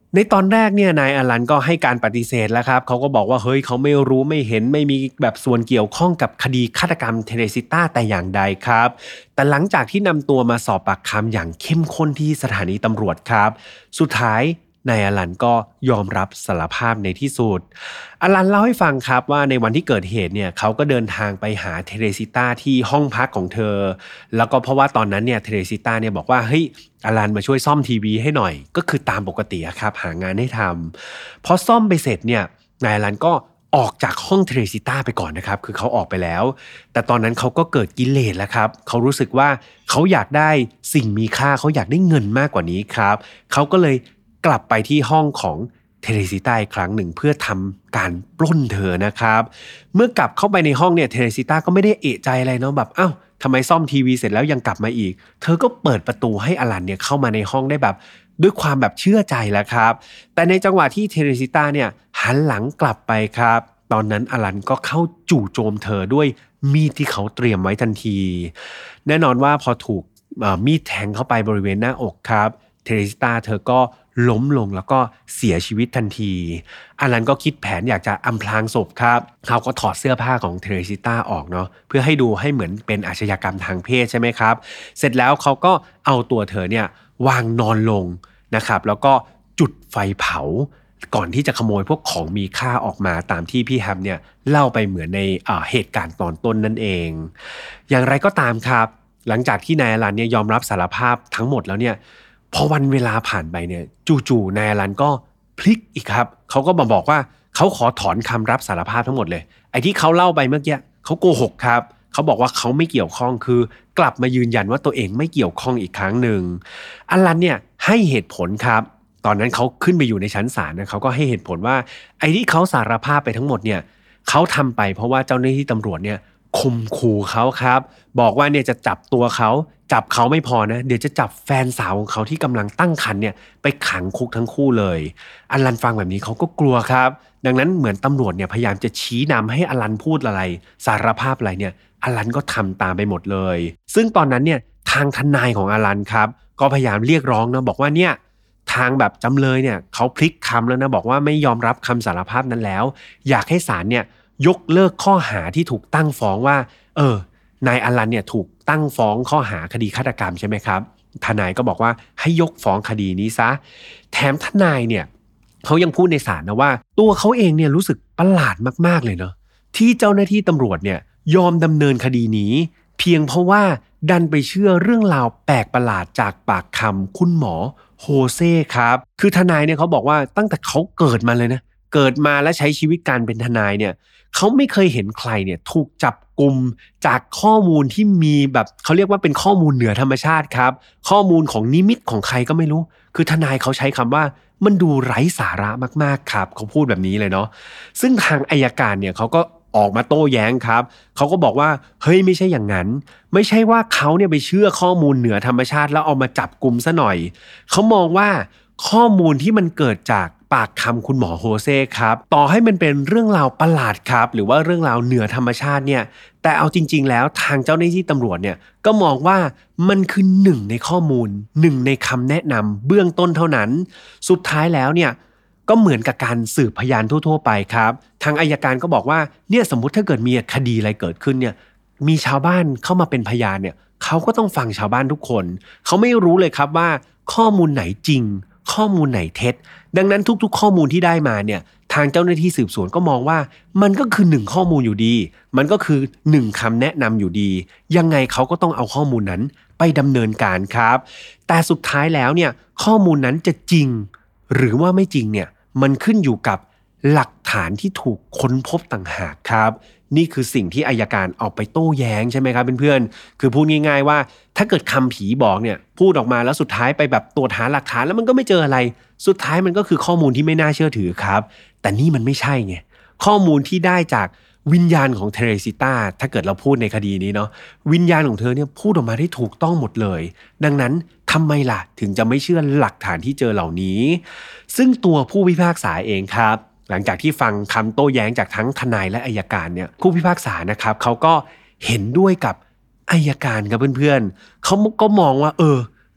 ในตอนแรกเนี่ยนายอลันก็ให้การปฏิเสธแล้วครับเขาก็บอกว่าเฮ้ยเขาไม่รู้ไม่เห็นไม่มีแบบส่วนเกี่ยวข้องกับคดีฆาตกรรมเทเรซิต้าแต่อย่างใดครับแต่หลังจากที่นำตัวมาสอบปากคำอย่างเข้มข้นที่สถานีตำรวจครับสุดท้ายนายอลันก็ยอมรับสารภาพในที่สุดอลันเล่าให้ฟังครับว่าในวันที่เกิดเหตุเนี่ยเขาก็เดินทางไปหาเทเรซิต้าที่ห้องพักของเธอแล้วก็เพราะว่าตอนนั้นเนี่ยเทเรซิต้าเนี่ยบอกว่าเฮ้ยอลันมาช่วยซ่อมทีวีให้หน่อยก็คือตามปกติครับหางานให้ทำพอซ่อมไปเสร็จเนี่ยนายอลันก็ออกจากห้องเทเรซิต้าไปก่อนนะครับคือเขาออกไปแล้วแต่ตอนนั้นเขาก็เกิดกิเลสแล้วครับเขารู้สึกว่าเขาอยากได้สิ่งมีค่าเขาอยากได้เงินมากกว่านี้ครับเขาก็เลยกลับไปที่ห้องของเทเรซิต้าอีกครั้งหนึ่งเพื่อทำการปล้นเธอนะครับเมื่อกลับเข้าไปในห้องเนี่ยเทเรซิต้าก็ไม่ได้เอะใจอะไรเนาะแบบอ้าวทำไมซ่อมทีวีเสร็จแล้วยังกลับมาอีกเธอก็เปิดประตูให้อลันเนี่ยเข้ามาในห้องได้แบบด้วยความแบบเชื่อใจแล้วครับแต่ในจังหวะที่เทเรซิต้าเนี่ยหันหลังกลับไปครับตอนนั้นอลันก็เข้าจู่โจมเธอด้วยมีดที่เขาเตรียมไว้ทันทีแน่นอนว่าพอถูกมีดแทงเข้าไปบริเวณหน้าอกครับเทเรซิต้าเธอก็ล้มลงแล้วก็เสียชีวิตทันทีอลันก็คิดแผนอยากจะอำพรางศพครับเขาก็ถอดเสื้อผ้าของเทเรซิต้าออกเนาะเพื่อให้ดูให้เหมือนเป็นอาชญากรรมทางเพศใช่ไหมครับเสร็จแล้วเขาก็เอาตัวเธอเนี่ยวางนอนลงนะครับแล้วก็จุดไฟเผาก่อนที่จะขโมยพวกของมีค่าออกมาตามที่พี่แฮมเนี่ยเล่าไปเหมือนในเอ่อเหตุการณ์ตอนต้นนั่นเองอย่างไรก็ตามครับหลังจากที่นายอลันเนี่ยยอมรับสารภาพทั้งหมดแล้วเนี่ยพอวันเวลาผ่านไปเนี่ยจู่ๆนายอลันก็พลิกอีกครับเขาก็มาบอกว่าเขาขอถอนคำรับสารภาพทั้งหมดเลยไอ้ที่เขาเล่าไปเมื่อกี้เขาโกหกครับเขาบอกว่าเขาไม่เกี่ยวข้องคือกลับมายืนยันว่าตัวเองไม่เกี่ยวข้องอีกครั้งหนึ่งอลันเนี่ยให้เหตุผลครับตอนนั้นเขาขึ้นไปอยู่ในชั้นศาลนะเขาก็ให้เหตุผลว่าไอ้ที่เขาสารภาพไปทั้งหมดเนี่ยเขาทำไปเพราะว่าเจ้าหน้าที่ตำรวจเนี่ยข่มขู่เขาครับบอกว่าเนี่ยจะจับตัวเขาจับเขาไม่พอนะเดี๋ยวจะจับแฟนสาวของเขาที่กำลังตั้งครรภ์เนี่ยไปขังคุกทั้งคู่เลยอลันฟังแบบนี้เขาก็กลัวครับดังนั้นเหมือนตำรวจเนี่ยพยายามจะชี้นำให้อลันพูดอะไรสารภาพอะไรเนี่ยอลันก็ทำตามไปหมดเลยซึ่งตอนนั้นเนี่ยทางทนายของอลันครับก็พยายามเรียกร้องนะบอกว่าเนี่ยทางแบบจำเลยเนี่ยเขาพลิกคำแล้วนะบอกว่าไม่ยอมรับคำสารภาพนั้นแล้วอยากให้ศาลเนี่ยยกเลิกข้อหาที่ถูกตั้งฟ้องว่าเออนายอลันเนี่ยถูกตั้งฟ้องข้อหาคดีฆาตกรรมใช่ไหมครับทนายก็บอกว่าให้ยกฟ้องคดีนี้ซะแถมทนายเนี่ยเขายังพูดในศาลนะว่าตัวเขาเองเนี่ยรู้สึกประหลาดมากๆเลยเนาะที่เจ้าหน้าที่ตำรวจเนี่ยยอมดำเนินคดีนี้เพียงเพราะว่าดันไปเชื่อเรื่องราวแปลกประหลาดจากปากคำคุณหมอโฮเซ่ครับคือทนายเนี่ยเขาบอกว่าตั้งแต่เขาเกิดมาเลยนะเกิดมาและใช้ชีวิตการเป็นทนายเนี่ยเขาไม่เคยเห็นใครเนี่ยถูกจับกุมจากข้อมูลที่มีแบบเขาเรียกว่าเป็นข้อมูลเหนือธรรมชาติครับข้อมูลของนิมิตของใครก็ไม่รู้คือทนายเขาใช้คำว่ามันดูไร้สาระมากๆครับเขาพูดแบบนี้เลยเนาะซึ่งทางอัยการเนี่ยเขาก็ออกมาโต้แย้งครับเขาก็บอกว่าเฮ้ยไม่ใช่อย่างนั้นไม่ใช่ว่าเขาเนี่ยไปเชื่อข้อมูลเหนือธรรมชาติแล้วเอามาจับกุมซะหน่อยเขามองว่าข้อมูลที่มันเกิดจากปากคำคุณหมอโฮเซ่ครับต่อให้มันเป็นเรื่องราวประหลาดครับหรือว่าเรื่องราวเหนือธรรมชาติเนี่ยแต่เอาจริงๆแล้วทางเจ้าหน้าที่ตำรวจเนี่ยก็มองว่ามันคือหนึ่งในข้อมูลหนึ่งในคำแนะนำเบื้องต้นเท่านั้นสุดท้ายแล้วเนี่ยก็เหมือนกับการสืบพยานทั่วๆไปครับทางอัยการก็บอกว่าเนี่ยสมมุติถ้าเกิดมีคดีอะไรเกิดขึ้นเนี่ยมีชาวบ้านเข้ามาเป็นพยานเนี่ยเขาก็ต้องฟังชาวบ้านทุกคนเขาไม่รู้เลยครับว่าข้อมูลไหนจริงข้อมูลไหนเท็จดังนั้นทุกๆข้อมูลที่ได้มาเนี่ยทางเจ้าหน้าที่สืบสวนก็มองว่ามันก็คือหนึ่งข้อมูลอยู่ดีมันก็คือหนึ่งคำแนะนำอยู่ดียังไงเขาก็ต้องเอาข้อมูลนั้นไปดำเนินการครับแต่สุดท้ายแล้วเนี่ยข้อมูลนั้นจะจริงหรือว่าไม่จริงเนี่ยมันขึ้นอยู่กับหลักฐานที่ถูกค้นพบต่างหากครับนี่คือสิ่งที่อัยการเอาไปโต้แย้งใช่ไหมครับเพื่อนๆคือพูดง่ายๆว่าถ้าเกิดคำผีบอกเนี่ยพูดออกมาแล้วสุดท้ายไปแบบตรวจหาหลักฐานแล้วมันก็ไม่เจออะไรสุดท้ายมันก็คือข้อมูลที่ไม่น่าเชื่อถือครับแต่นี่มันไม่ใช่ไงข้อมูลที่ได้จากวิญญาณของเทเรซิต้าถ้าเกิดเราพูดในคดีนี้เนาะวิญญาณของเธอเนี่ยพูดออกมาได้ถูกต้องหมดเลยดังนั้นทำไมล่ะถึงจะไม่เชื่อหลักฐานที่เจอเหล่านี้ซึ่งตัวผู้พิพากษาเองครับหลังจากที่ฟังคำโต้แย้งจากทั้งทนายและอัยการเนี่ยผู้พิพากษานะครับเขาก็เห็นด้วยกับอัยการครับเพื่อนๆเขาก็มองว่าเออ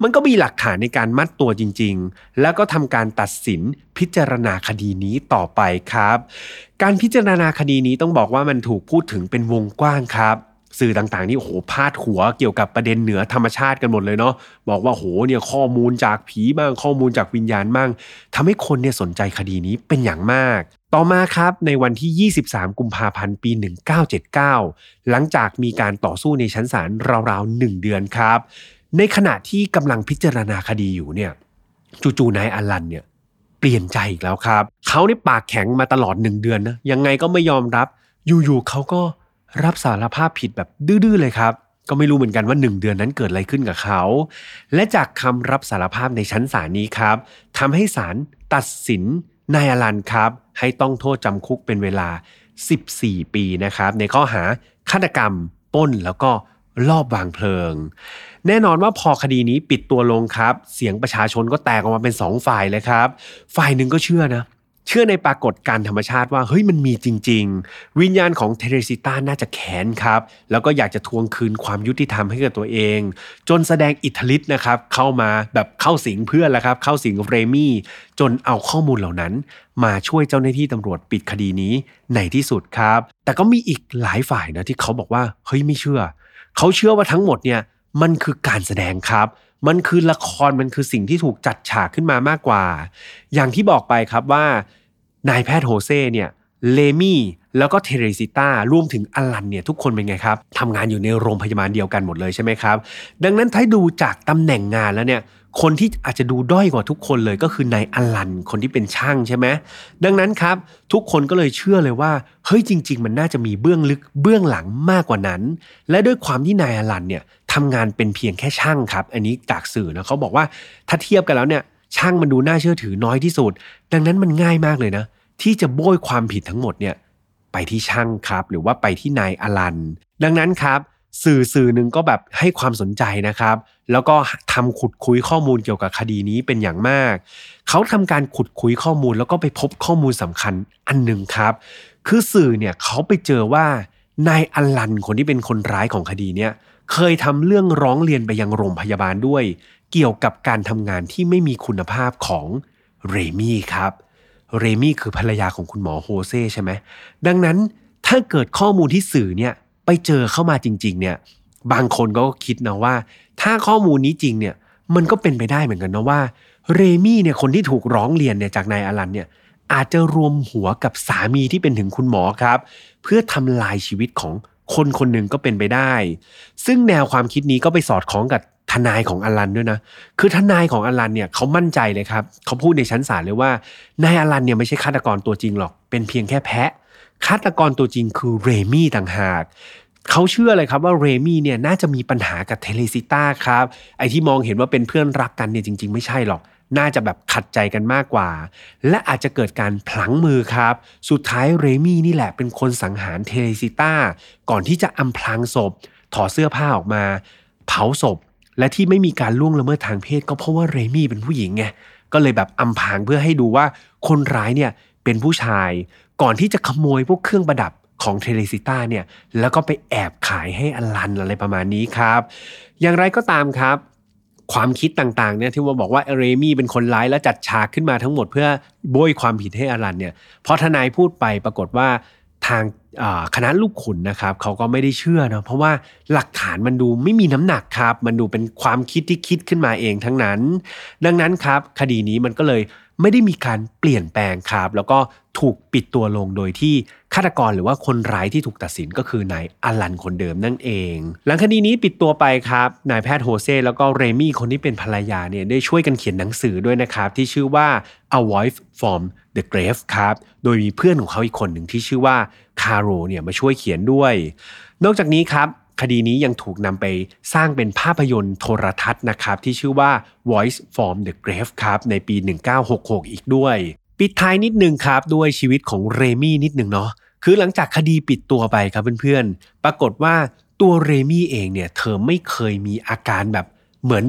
มันก็มีหลักฐานในการมัดตัวจริงๆแล้วก็ทำการตัดสินพิจารณาคดีนี้ต่อไปครับการพิจารณาคดีนี้ต้องบอกว่ามันถูกพูดถึงเป็นวงกว้างครับสื่อต่างๆนี่โอ้โหพาดหัวเกี่ยวกับประเด็นเหนือธรรมชาติกันหมดเลยเนาะบอกว่าโหเนี่ยข้อมูลจากผีบ้างข้อมูลจากวิญญาณบ้างทำให้คนเนี่ยสนใจคดีนี้เป็นอย่างมากต่อมาครับในวันที่ยี่สิบสามกุมภาพันธ์ปีหนึ่งพันเก้าร้อยเจ็ดสิบเก้าหลังจากมีการต่อสู้ในชั้นศาลราวๆหนึ่งเดือนครับในขณะที่กำลังพิจารณาคดีอยู่เนี่ยจู่ๆนายอลันเนี่ยเปลี่ยนใจอีกแล้วครับเขานี่ปากแข็งมาตลอดหนึ่งเดือนนะยังไงก็ไม่ยอมรับอยู่ๆเขาก็รับสารภาพผิดแบบดื้อๆเลยครับก็ไม่รู้เหมือนกันว่าหนึ่งเดือนนั้นเกิดอะไรขึ้นกับเขาและจากคำรับสารภาพในชั้นศาลนี้ครับทำให้ศาลตัดสินนายอลันครับให้ต้องโทษจำคุกเป็นเวลาสิบสี่ปีนะครับในข้อหาฆาตกรรมปล้นแล้วก็ลอบวางเพลิงแน่นอนว่าพอคดีนี้ปิดตัวลงครับเสียงประชาชนก็แตกออกมาเป็นสองฝ่ายเลยครับฝ่ายหนึ่งก็เชื่อนะเชื่อในปรากฏการณ์ธรรมชาติว่าเฮ้ยมันมีจริงๆวิญญาณของเทเรซิต้าน่าจะแค้นครับแล้วก็อยากจะทวงคืนความยุติธรรมให้กับตัวเองจนแสดงอิทธิฤทธิ์นะครับเข้ามาแบบเข้าสิงเพื่อนแล้วครับเข้าสิงเรมี่จนเอาข้อมูลเหล่านั้นมาช่วยเจ้าหน้าที่ตำรวจปิดคดีนี้ในที่สุดครับแต่ก็มีอีกหลายฝ่ายนะที่เขาบอกว่าเฮ้ยไม่เชื่อเขาเชื่อว่าทั้งหมดเนี่ยมันคือการแสดงครับมันคือละครมันคือสิ่งที่ถูกจัดฉากขึ้นมามากกว่าอย่างที่บอกไปครับว่านายแพทย์โฮเซ่เนี่ยเลมี่แล้วก็เทเรซิต้ารวมถึงอลันเนี่ยทุกคนเป็นไงครับทำงานอยู่ในโรงพยาบาลเดียวกันหมดเลยใช่ไหมครับดังนั้นถ้าดูจากตำแหน่งงานแล้วเนี่ยคนที่อาจจะดูด้อยกว่าทุกคนเลยก็คือนายอลันคนที่เป็นช่างใช่ไหมดังนั้นครับทุกคนก็เลยเชื่อเลยว่าเฮ้ยจริงๆมันน่าจะมีเบื้องลึกเบื้องหลังมากกว่านั้นและด้วยความที่นายอลันเนี่ยทำงานเป็นเพียงแค่ช่างครับอันนี้จากสื่อนะเขาบอกว่าถ้าเทียบกันแล้วเนี่ยช่างมันดูน่าเชื่อถือน้อยที่สุดดังนั้นมันง่ายมากเลยนะที่จะโบยความผิดทั้งหมดเนี่ยไปที่ช่างครับหรือว่าไปที่นายอลันดังนั้นครับสื่อสื่อหนึ่งก็แบบให้ความสนใจนะครับแล้วก็ทำขุดคุยข้อมูลเกี่ยวกับคดีนี้เป็นอย่างมากเขาทำการขุดคุยข้อมูลแล้วก็ไปพบข้อมูลสำคัญอันหนึ่งครับคือสื่อเนี่ยเขาไปเจอว่านายอลันคนที่เป็นคนร้ายของคดีเนี่ยเคยทำเรื่องร้องเรียนไปยังโรงพยาบาลด้วยเกี่ยวกับการทำงานที่ไม่มีคุณภาพของเรมี่ครับเรมี่คือภรรยาของคุณหมอโฮเซ่ใช่ไหมดังนั้นถ้าเกิดข้อมูลที่สื่อเนี่ยไปเจอเข้ามาจริงๆเนี่ยบางคนก็คิดนะว่าถ้าข้อมูลนี้จริงเนี่ยมันก็เป็นไปได้เหมือนกันนะว่าเรมี่เนี่ยคนที่ถูกร้องเรียนเนี่ยจากนายอลันเนี่ยอาจจะรวมหัวกับสามีที่เป็นถึงคุณหมอครับเพื่อทำลายชีวิตของคนคนหนึ่งก็เป็นไปได้ซึ่งแนวความคิดนี้ก็ไปสอดคล้องกับทนายของอลันด้วยนะคือทนายของอลันเนี่ยเขามั่นใจเลยครับเขาพูดในชั้นศาลเลยว่านายอลันเนี่ยไม่ใช่ฆาตกรตัวจริงหรอกเป็นเพียงแค่แพะฆาตกรตัวจริงคือเรมี่ต่างหากเขาเชื่อเลยครับว่าเรมี่เนี่ยน่าจะมีปัญหากับเทเลซิต้าครับไอ้ที่มองเห็นว่าเป็นเพื่อนรักกันเนี่ยจริงๆไม่ใช่หรอกน่าจะแบบขัดใจกันมากกว่าและอาจจะเกิดการพลั้งมือครับสุดท้ายเรมี่นี่แหละเป็นคนสังหารเทเลซิต้าก่อนที่จะอำพรางศพถอดเสื้อผ้าออกมาเผาศพและที่ไม่มีการล่วงละเมิดทางเพศก็เพราะว่าเรมี่เป็นผู้หญิงไงก็เลยแบบอำพรางเพื่อให้ดูว่าคนร้ายเนี่ยเป็นผู้ชายก่อนที่จะขโมยพวกเครื่องประดับของเทเรซิต้าเนี่ยแล้วก็ไปแอบขายให้อลันอะไรประมาณนี้ครับอย่างไรก็ตามครับความคิดต่างๆเนี่ยที่ว่าบอกว่าเรมี่เป็นคนร้ายแล้วจัดฉากขึ้นมาทั้งหมดเพื่อโบยความผิดให้อลันเนี่ยพอทนายพูดไปปรากฏว่าทางคณะลูกขุนนะครับเขาก็ไม่ได้เชื่อนะเพราะว่าหลักฐานมันดูไม่มีน้ำหนักครับมันดูเป็นความคิดที่คิดขึ้นมาเองทั้งนั้นดังนั้นครับคดีนี้มันก็เลยไม่ได้มีการเปลี่ยนแปลงครับแล้วก็ถูกปิดตัวลงโดยที่ฆาตกรหรือว่าคนร้ายที่ถูกตัดสินก็คือนายอลันคนเดิมนั่นเองหลังคดีนี้ปิดตัวไปครับนายแพทย์โฮเซ่แล้วก็เรมี่คนที่เป็นภรรยาเนี่ยได้ช่วยกันเขียนหนังสือด้วยนะครับที่ชื่อว่า A Voice from the Grave ครับโดยมีเพื่อนของเขาอีกคนหนึ่งที่ชื่อว่าคาโรเนี่ยมาช่วยเขียนด้วยนอกจากนี้ครับคดีนี้ยังถูกนำไปสร้างเป็นภาพยนตร์โทรทัศน์นะครับที่ชื่อว่า Voice from the Grave ครับในปีหนึ่งพันเก้าร้อยหกสิบหกอีกด้วยปิดท้ายนิดนึงครับด้วยชีวิตของเรมี่นิดนึงเนาะคือหลังจากคดีปิดตัวไปครับเพื่อนๆปรากฏว่าตัวเรมี่เองเนี่ยเธอไม่เคยมีอาการแบบเหมือนแบบ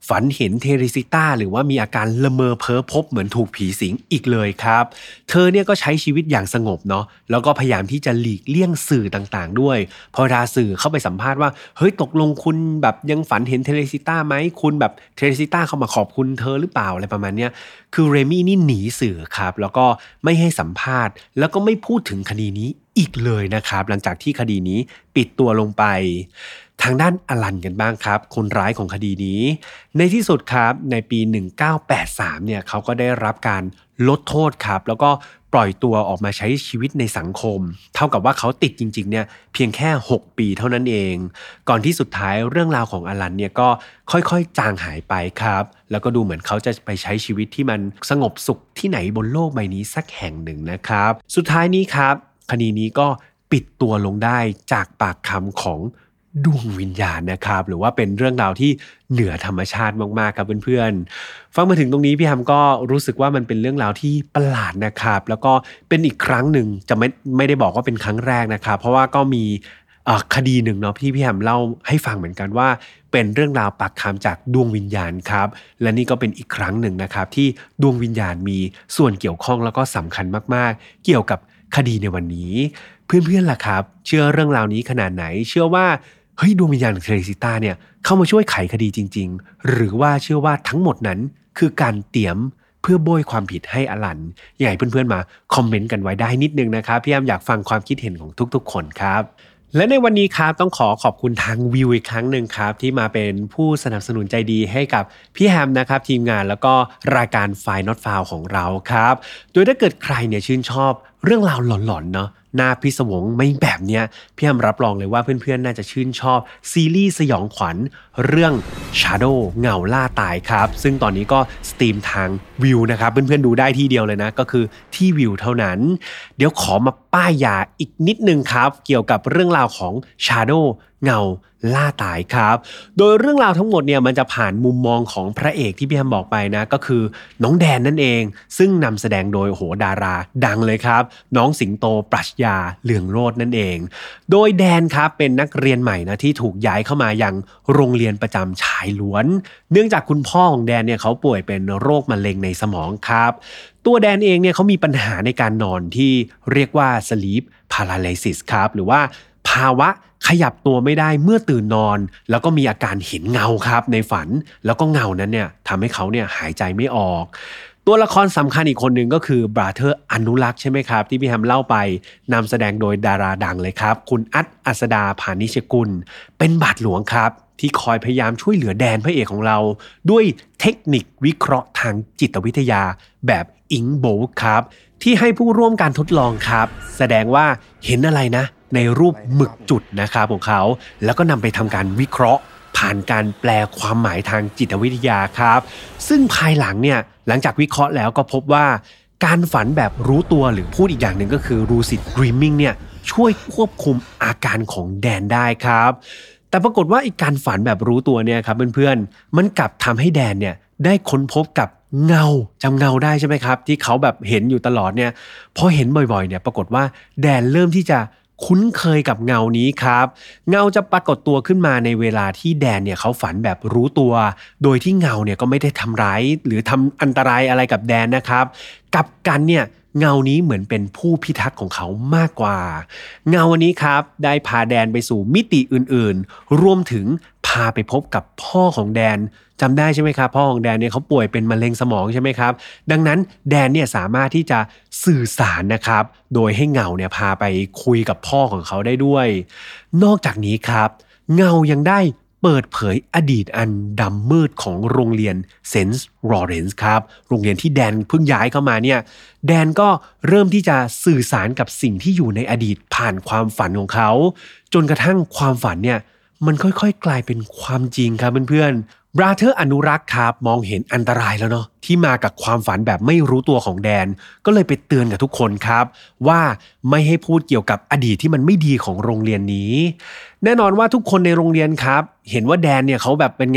ฝันเห็นเทเรซิต้าหรือว่ามีอาการละเมอเพ้อพบเหมือนถูกผีสิงอีกเลยครับเธอเนี่ยก็ใช้ชีวิตอย่างสงบเนาะแล้วก็พยายามที่จะหลีกเลี่ยงสื่อต่างๆด้วยพอเวลาสื่อเข้าไปสัมภาษณ์ว่าเฮ้ยตกลงคุณแบบยังฝันเห็นเทเรซิต้าไหมคุณแบบเทเรซิต้าเข้ามาขอบคุณเธอหรือเปล่าอะไรประมาณเนี้ยคือเรมี่นี่หนีสื่อครับแล้วก็ไม่ให้สัมภาษณ์แล้วก็ไม่พูดถึงคดีนี้อีกเลยนะครับหลังจากที่คดีนี้ปิดตัวลงไปทางด้านอลันกันบ้างครับคนร้ายของคดีนี้ในที่สุดครับในปีหนึ่งเก้าแปดสามเนี่ยเขาก็ได้รับการลดโทษครับแล้วก็ปล่อยตัวออกมาใช้ชีวิตในสังคมเท่ากับว่าเขาติดจริงๆเนี่ยเพียงแค่หกปีเท่านั้นเองก่อนที่สุดท้ายเรื่องราวของอลันเนี่ยก็ค่อยๆจางหายไปครับแล้วก็ดูเหมือนเขาจะไปใช้ชีวิตที่มันสงบสุขที่ไหนบนโลกใบนี้สักแห่งหนึ่งนะครับสุดท้ายนี้ครับคดีนี้ก็ปิดตัวลงได้จากปากคำของดวงวิญญาณนะครับหรือว่าเป็นเรื่องราวที่เหนือธรรมชาติมากๆครับเพื่อนๆฟังมาถึงตรงนี้พี่ฮัมก็รู้สึกว่ามันเป็นเรื่องราวที่ประหลาดนะครับแล้วก็เป็นอีกครั้งหนึ่งจะไม่ไม่ได้บอกว่าเป็นครั้งแรกนะครับเพราะว่าก็มีคดีหนึ่งเนาะที่พี่ฮัมเล่าให้ฟังเหมือนกันว่าเป็นเรื่องราวปากคำจากดวงวิญญาณครับและนี่ก็เป็นอีกครั้งหนึ่งนะครับที่ดวงวิญญาณมีส่วนเกี่ยวข้องแล้วก็สำคัญมากๆเกี่ยวกับคดีในวันนี้เพื่อนๆล่ะครับเชื่อเรื่องราวนี้ขนาดไหนเชื่อว่าเฮ้ยดวงวิญญาณของเทเรซิต้าเนี่ยเข้ามาช่วยไขคดีจริงๆหรือว่าเชื่อว่าทั้งหมดนั้นคือการเตรียมเพื่อโบยความผิดให้อลันอยากให้เพื่อนๆมาคอมเมนต์กันไว้ได้นิดนึงนะครับพี่แอมอยากฟังความคิดเห็นของทุกๆคนครับและในวันนี้ครับต้องขอขอบคุณทางวิวอีกครั้งหนึ่งครับที่มาเป็นผู้สนับสนุนใจดีให้กับพี่แฮมนะครับทีมงานแล้วก็รายการ File Not Found ของเราครับโดยถ้าเกิดใครเนี่ยชื่นชอบเรื่องราวหลอนๆเนาะหน้าพิศวงไม่แบบเนี้ยพี่แฮมรับรองเลยว่าเพื่อนๆน่าจะชื่นชอบซีรีส์สยองขวัญเรื่อง Shadow เงาล่าตายครับซึ่งตอนนี้ก็สตรีมทางวิวนะครับเพื่อนๆดูได้ที่เดียวเลยนะก็คือที่วิวเท่านั้นเดี๋ยวขอมาป้ายยาอีกนิดนึงครับเกี่ยวกับเรื่องราวของ Shadow เงาล่าตายครับโดยเรื่องราวทั้งหมดเนี่ยมันจะผ่านมุมมองของพระเอกที่พี่แฮมบอกไปนะก็คือน้องแดนนั่นเองซึ่งนำแสดงโดยโหดาราดังเลยครับน้องสิงโตปรัชญาเหลืองโรจน์นั่นเองโดยแดนครับเป็นนักเรียนใหม่นะที่ถูกย้ายเข้ามายังโรงเรียนประจำชายล้วนเนื่องจากคุณพ่อของแดนเนี่ยเขาป่วยเป็นโรคมะเร็งในสมองครับตัวแดนเองเนี่ยเขามีปัญหาในการนอนที่เรียกว่า sleep paralysis ครับหรือว่าภาวะขยับตัวไม่ได้เมื่อตื่นนอนแล้วก็มีอาการเห็นเงาครับในฝันแล้วก็เงานั้นเนี่ยทำให้เขาเนี่ยหายใจไม่ออกตัวละครสำคัญอีกคนหนึ่งก็คือบราเธอร์อนุรักษ์ใช่ไหมครับที่พี่แฮมเล่าไปนำแสดงโดยดาราดังเลยครับคุณอัฏอัสดาพานิชกุลเป็นบาทหลวงครับที่คอยพยายามช่วยเหลือแดนพระเอกของเราด้วยเทคนิควิเคราะห์ทางจิตวิทยาแบบอิงโบว์ครับที่ให้ผู้ร่วมการทดลองครับแสดงว่าเห็นอะไรนะในรูปหมึกจุดนะครับของเขาแล้วก็นำไปทำการวิเคราะห์ผ่านการแปลความหมายทางจิตวิทยาครับซึ่งภายหลังเนี่ยหลังจากวิเคราะห์แล้วก็พบว่าการฝันแบบรู้ตัวหรือพูดอีกอย่างหนึ่งก็คือ lucid dreaming เนี่ยช่วยควบคุมอาการของแดนได้ครับแต่ปรากฏว่าอีกการฝันแบบรู้ตัวเนี่ยครับเพื่อนๆมันกลับทำให้แดนเนี่ยได้ค้นพบกับเงาจำเงาได้ใช่ไหมครับที่เขาแบบเห็นอยู่ตลอดเนี่ยพอเห็นบ่อยๆเนี่ยปรากฏว่าแดนเริ่มที่จะคุ้นเคยกับเงานี้ครับเงาจะปรากฏตัวขึ้นมาในเวลาที่แดนเนี่ยเขาฝันแบบรู้ตัวโดยที่เงาเนี่ยก็ไม่ได้ทำร้ายหรือทำอันตรายอะไรกับแดนนะครับกลับกันเนี่ยเงานี้เหมือนเป็นผู้พิทักษ์ของเขามากกว่าเงานี้ครับได้พาแดนไปสู่มิติอื่นๆรวมถึงพาไปพบกับพ่อของแดนจำได้ใช่ไหมครับพ่อของแดนเนี่ยเขาป่วยเป็นมะเร็งสมองใช่ไหมครับดังนั้นแดนเนี่ยสามารถที่จะสื่อสารนะครับโดยให้เงาเนี่ยพาไปคุยกับพ่อของเขาได้ด้วยนอกจากนี้ครับเงายังได้เปิดเผยอดีตอันดำมืดของโรงเรียนเซนต์ลอเรนซ์ครับโรงเรียนที่แดนเพิ่งย้ายเข้ามาเนี่ยแดนก็เริ่มที่จะสื่อสารกับสิ่งที่อยู่ในอดีตผ่านความฝันของเขาจนกระทั่งความฝันเนี่ยมันค่อยๆกลายเป็นความจริงครับเพื่อนๆบราเธอร์อนุรักษ์ครับมองเห็นอันตรายแล้วเนาะที่มากับความฝันแบบไม่รู้ตัวของแดนก็เลยไปเตือนกับทุกคนครับว่าไม่ให้พูดเกี่ยวกับอดีตที่มันไม่ดีของโรงเรียนนี้แน่นอนว่าทุกคนในโรงเรียนครับเห็นว่าแดนเนี่ยเขาแบบเป็นไง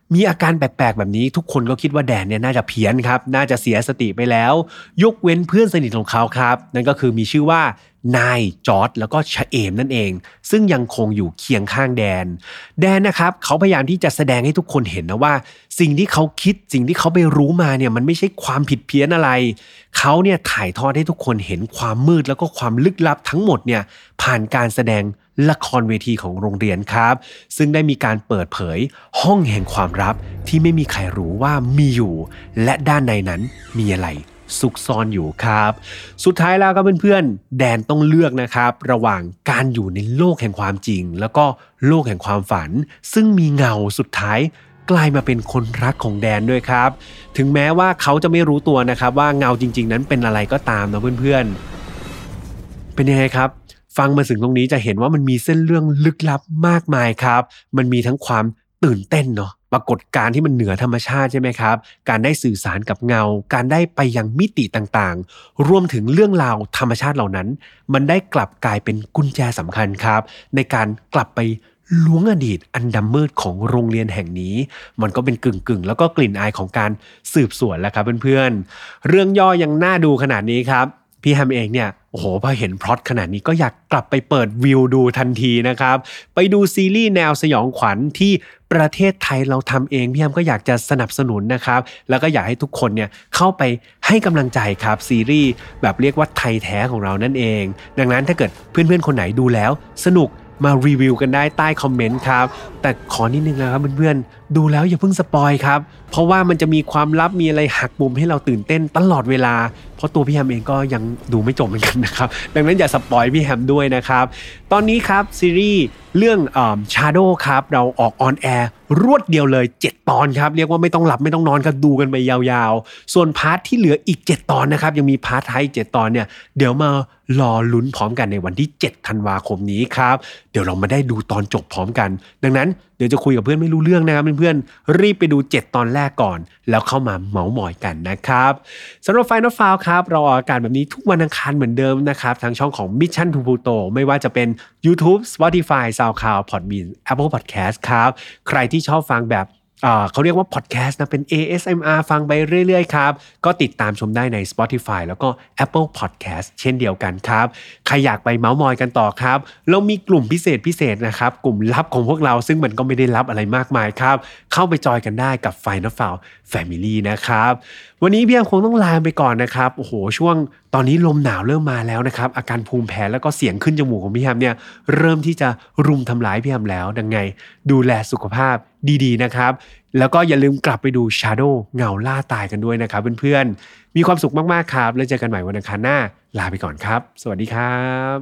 มีอาการแปลกๆแบบนี้ทุกคนก็คิดว่าแดนเนี่ยน่าจะเพี้ยนครับน่าจะเสียสติไปแล้วยกเว้นเพื่อนสนิทของเขาครับนั่นก็คือมีชื่อว่านายจอร์จแล้วก็ชะเอมนั่นเองซึ่งยังคงอยู่เคียงข้างแดนแดนนะครับเขาพยายามที่จะแสดงให้ทุกคนเห็นนะว่าสิ่งที่เขาคิดสิ่งที่เขาไปรู้มาเนี่ยมันไม่ใช่ความผิดเพี้ยนอะไรเขาเนี่ยถ่ายทอดให้ทุกคนเห็นความมืดแล้วก็ความลึกลับทั้งหมดเนี่ยผ่านการแสดงละครเวทีของโรงเรียนครับซึ่งได้มีการเปิดเผยห้องแห่งความลับที่ไม่มีใครรู้ว่ามีอยู่และด้านในนั้นมีอะไรซุกซ่อนอยู่ครับสุดท้ายแล้วก็เพื่อนๆแดนต้องเลือกนะครับระหว่างการอยู่ในโลกแห่งความจริงแล้วก็โลกแห่งความฝันซึ่งมีเงาสุดท้ายกลายมาเป็นคนรักของแดนด้วยครับถึงแม้ว่าเขาจะไม่รู้ตัวนะครับว่าเงาจริงๆนั้นเป็นอะไรก็ตามนะเพื่อนๆเป็นยังไงครับฟังมาถึงตรงนี้จะเห็นว่ามันมีเส้นเรื่องลึกลับมากมายครับมันมีทั้งความตื่นเต้นเนาะปรากฏการณ์ที่มันเหนือธรรมชาติใช่ไหมครับการได้สื่อสารกับเงาการได้ไปยังมิติต่างๆรวมถึงเรื่องราวธรรมชาติเหล่านั้นมันได้กลับกลายเป็นกุญแจสำคัญครับในการกลับไปล้วงอดีตอันดำมืดของโรงเรียนแห่งนี้มันก็เป็นกึ่งๆแล้วก็กลิ่นอายของการสืบสวนแล้วครับเพื่อนๆเรื่องย่อยังน่าดูขนาดนี้ครับพี่แฮมเองเนี่ยโอ้โหพอเห็นพล็อตขนาดนี้ก็อยากกลับไปเปิดวิวดูทันทีนะครับไปดูซีรีส์แนวสยองขวัญที่ประเทศไทยเราทำเองพี่แฮมก็อยากจะสนับสนุนนะครับแล้วก็อยากให้ทุกคนเนี่ยเข้าไปให้กำลังใจครับซีรีส์แบบเรียกว่าไทยแท้ของเรานั่นเองดังนั้นถ้าเกิดเพื่อนๆคนไหนดูแล้วสนุกมารีวิวกันได้ใต้คอมเมนต์ครับแต่ขอนิดนึงนะครับเพื่อนๆดูแล้วอย่าเพิ่งสปอยครับเพราะว่ามันจะมีความลับมีอะไรหักมุมให้เราตื่นเต้นตลอดเวลาเพราะตัวพี่แฮมเองก็ยังดูไม่จบเหมือนกันนะครับดังนั้นอย่าสปอยพี่แฮมด้วยนะครับตอนนี้ครับซีรีส์เรื่องเอ่อ Shadow ครับเราออกออนแอร์รวดเดียวเลยเจ็ดตอนครับเรียกว่าไม่ต้องหลับไม่ต้องนอนก็ดูกันไปยาวๆส่วนพาร์ทที่เหลืออีกเจ็ดตอนนะครับยังมีพาร์ทท้ายอีกเจ็ดตอนเนี่ยเดี๋ยวมารอลุ้นพร้อมกันในวันที่เจ็ดธันวาคมนี้ครับเดี๋ยวเรามาได้ดูตอนจบพร้อมกันดังนั้นเดี๋ยวจะคุยกับเพื่อนไม่รู้เรื่องนะครับเพื่อนๆรีบไปดูเจ็ดตอนแรกก่อนแล้วเข้ามาเมาท์มอยกันนะครับสำหรับ Final File ครับเราออกอากาศแบบนี้ทุกวันอังคารเหมือนเดิมนะครับทางช่องของ Mission to Pluto ไม่ว่าจะเป็น YouTube Spotify SoundCloud Podbean Apple Podcast ครับใครที่ชอบฟังแบบอ่าเขาเรียกว่า podcast นะเป็น เอ เอส เอ็ม อาร์ ฟังไปเรื่อยๆครับก็ติดตามชมได้ใน Spotify แล้วก็ Apple Podcast เช่นเดียวกันครับใครอยากไปเม้ามอยกันต่อครับเรามีกลุ่มพิเศษพิเศษนะครับกลุ่มลับของพวกเราซึ่งมันก็ไม่ได้ลับอะไรมากมายครับเข้าไปจอยกันได้กับ Final File Family นะครับวันนี้พี่แอมคงต้องลาไปก่อนนะครับโอ้โหช่วงตอนนี้ลมหนาวเริ่มมาแล้วนะครับอาการภูมิแพ้แล้วก็เสียงขึ้นจมูกของพี่แอมเนี่ยเริ่มที่จะรุมทำร้ายพี่แอมแล้วดังไงดูแลสุขภาพดีๆนะครับแล้วก็อย่าลืมกลับไปดู Shadow เงาล่าตายกันด้วยนะครับเพื่อนๆมีความสุขมากๆครับแล้วเจอกันใหม่วันอังคารหน้าลาไปก่อนครับสวัสดีครับ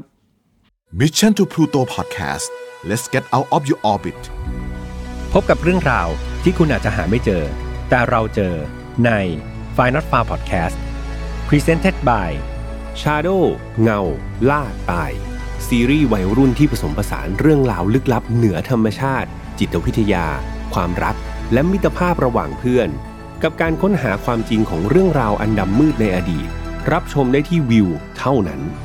Mission to Pluto Podcast let's get out of your orbit พบกับเรื่องราวที่คุณอาจจะหาไม่เจอแต่เราเจอใน Final File Podcast Presented by Shadow เงาล่าตายซีรีส์วัยรุ่นที่ผสมผสานเรื่องราวลึกลับเหนือธรรมชาติจิตวิทยาความรักและมิตรภาพระหว่างเพื่อนกับการค้นหาความจริงของเรื่องราวอันดำมืดในอดีตรับชมได้ที่วิวเท่านั้น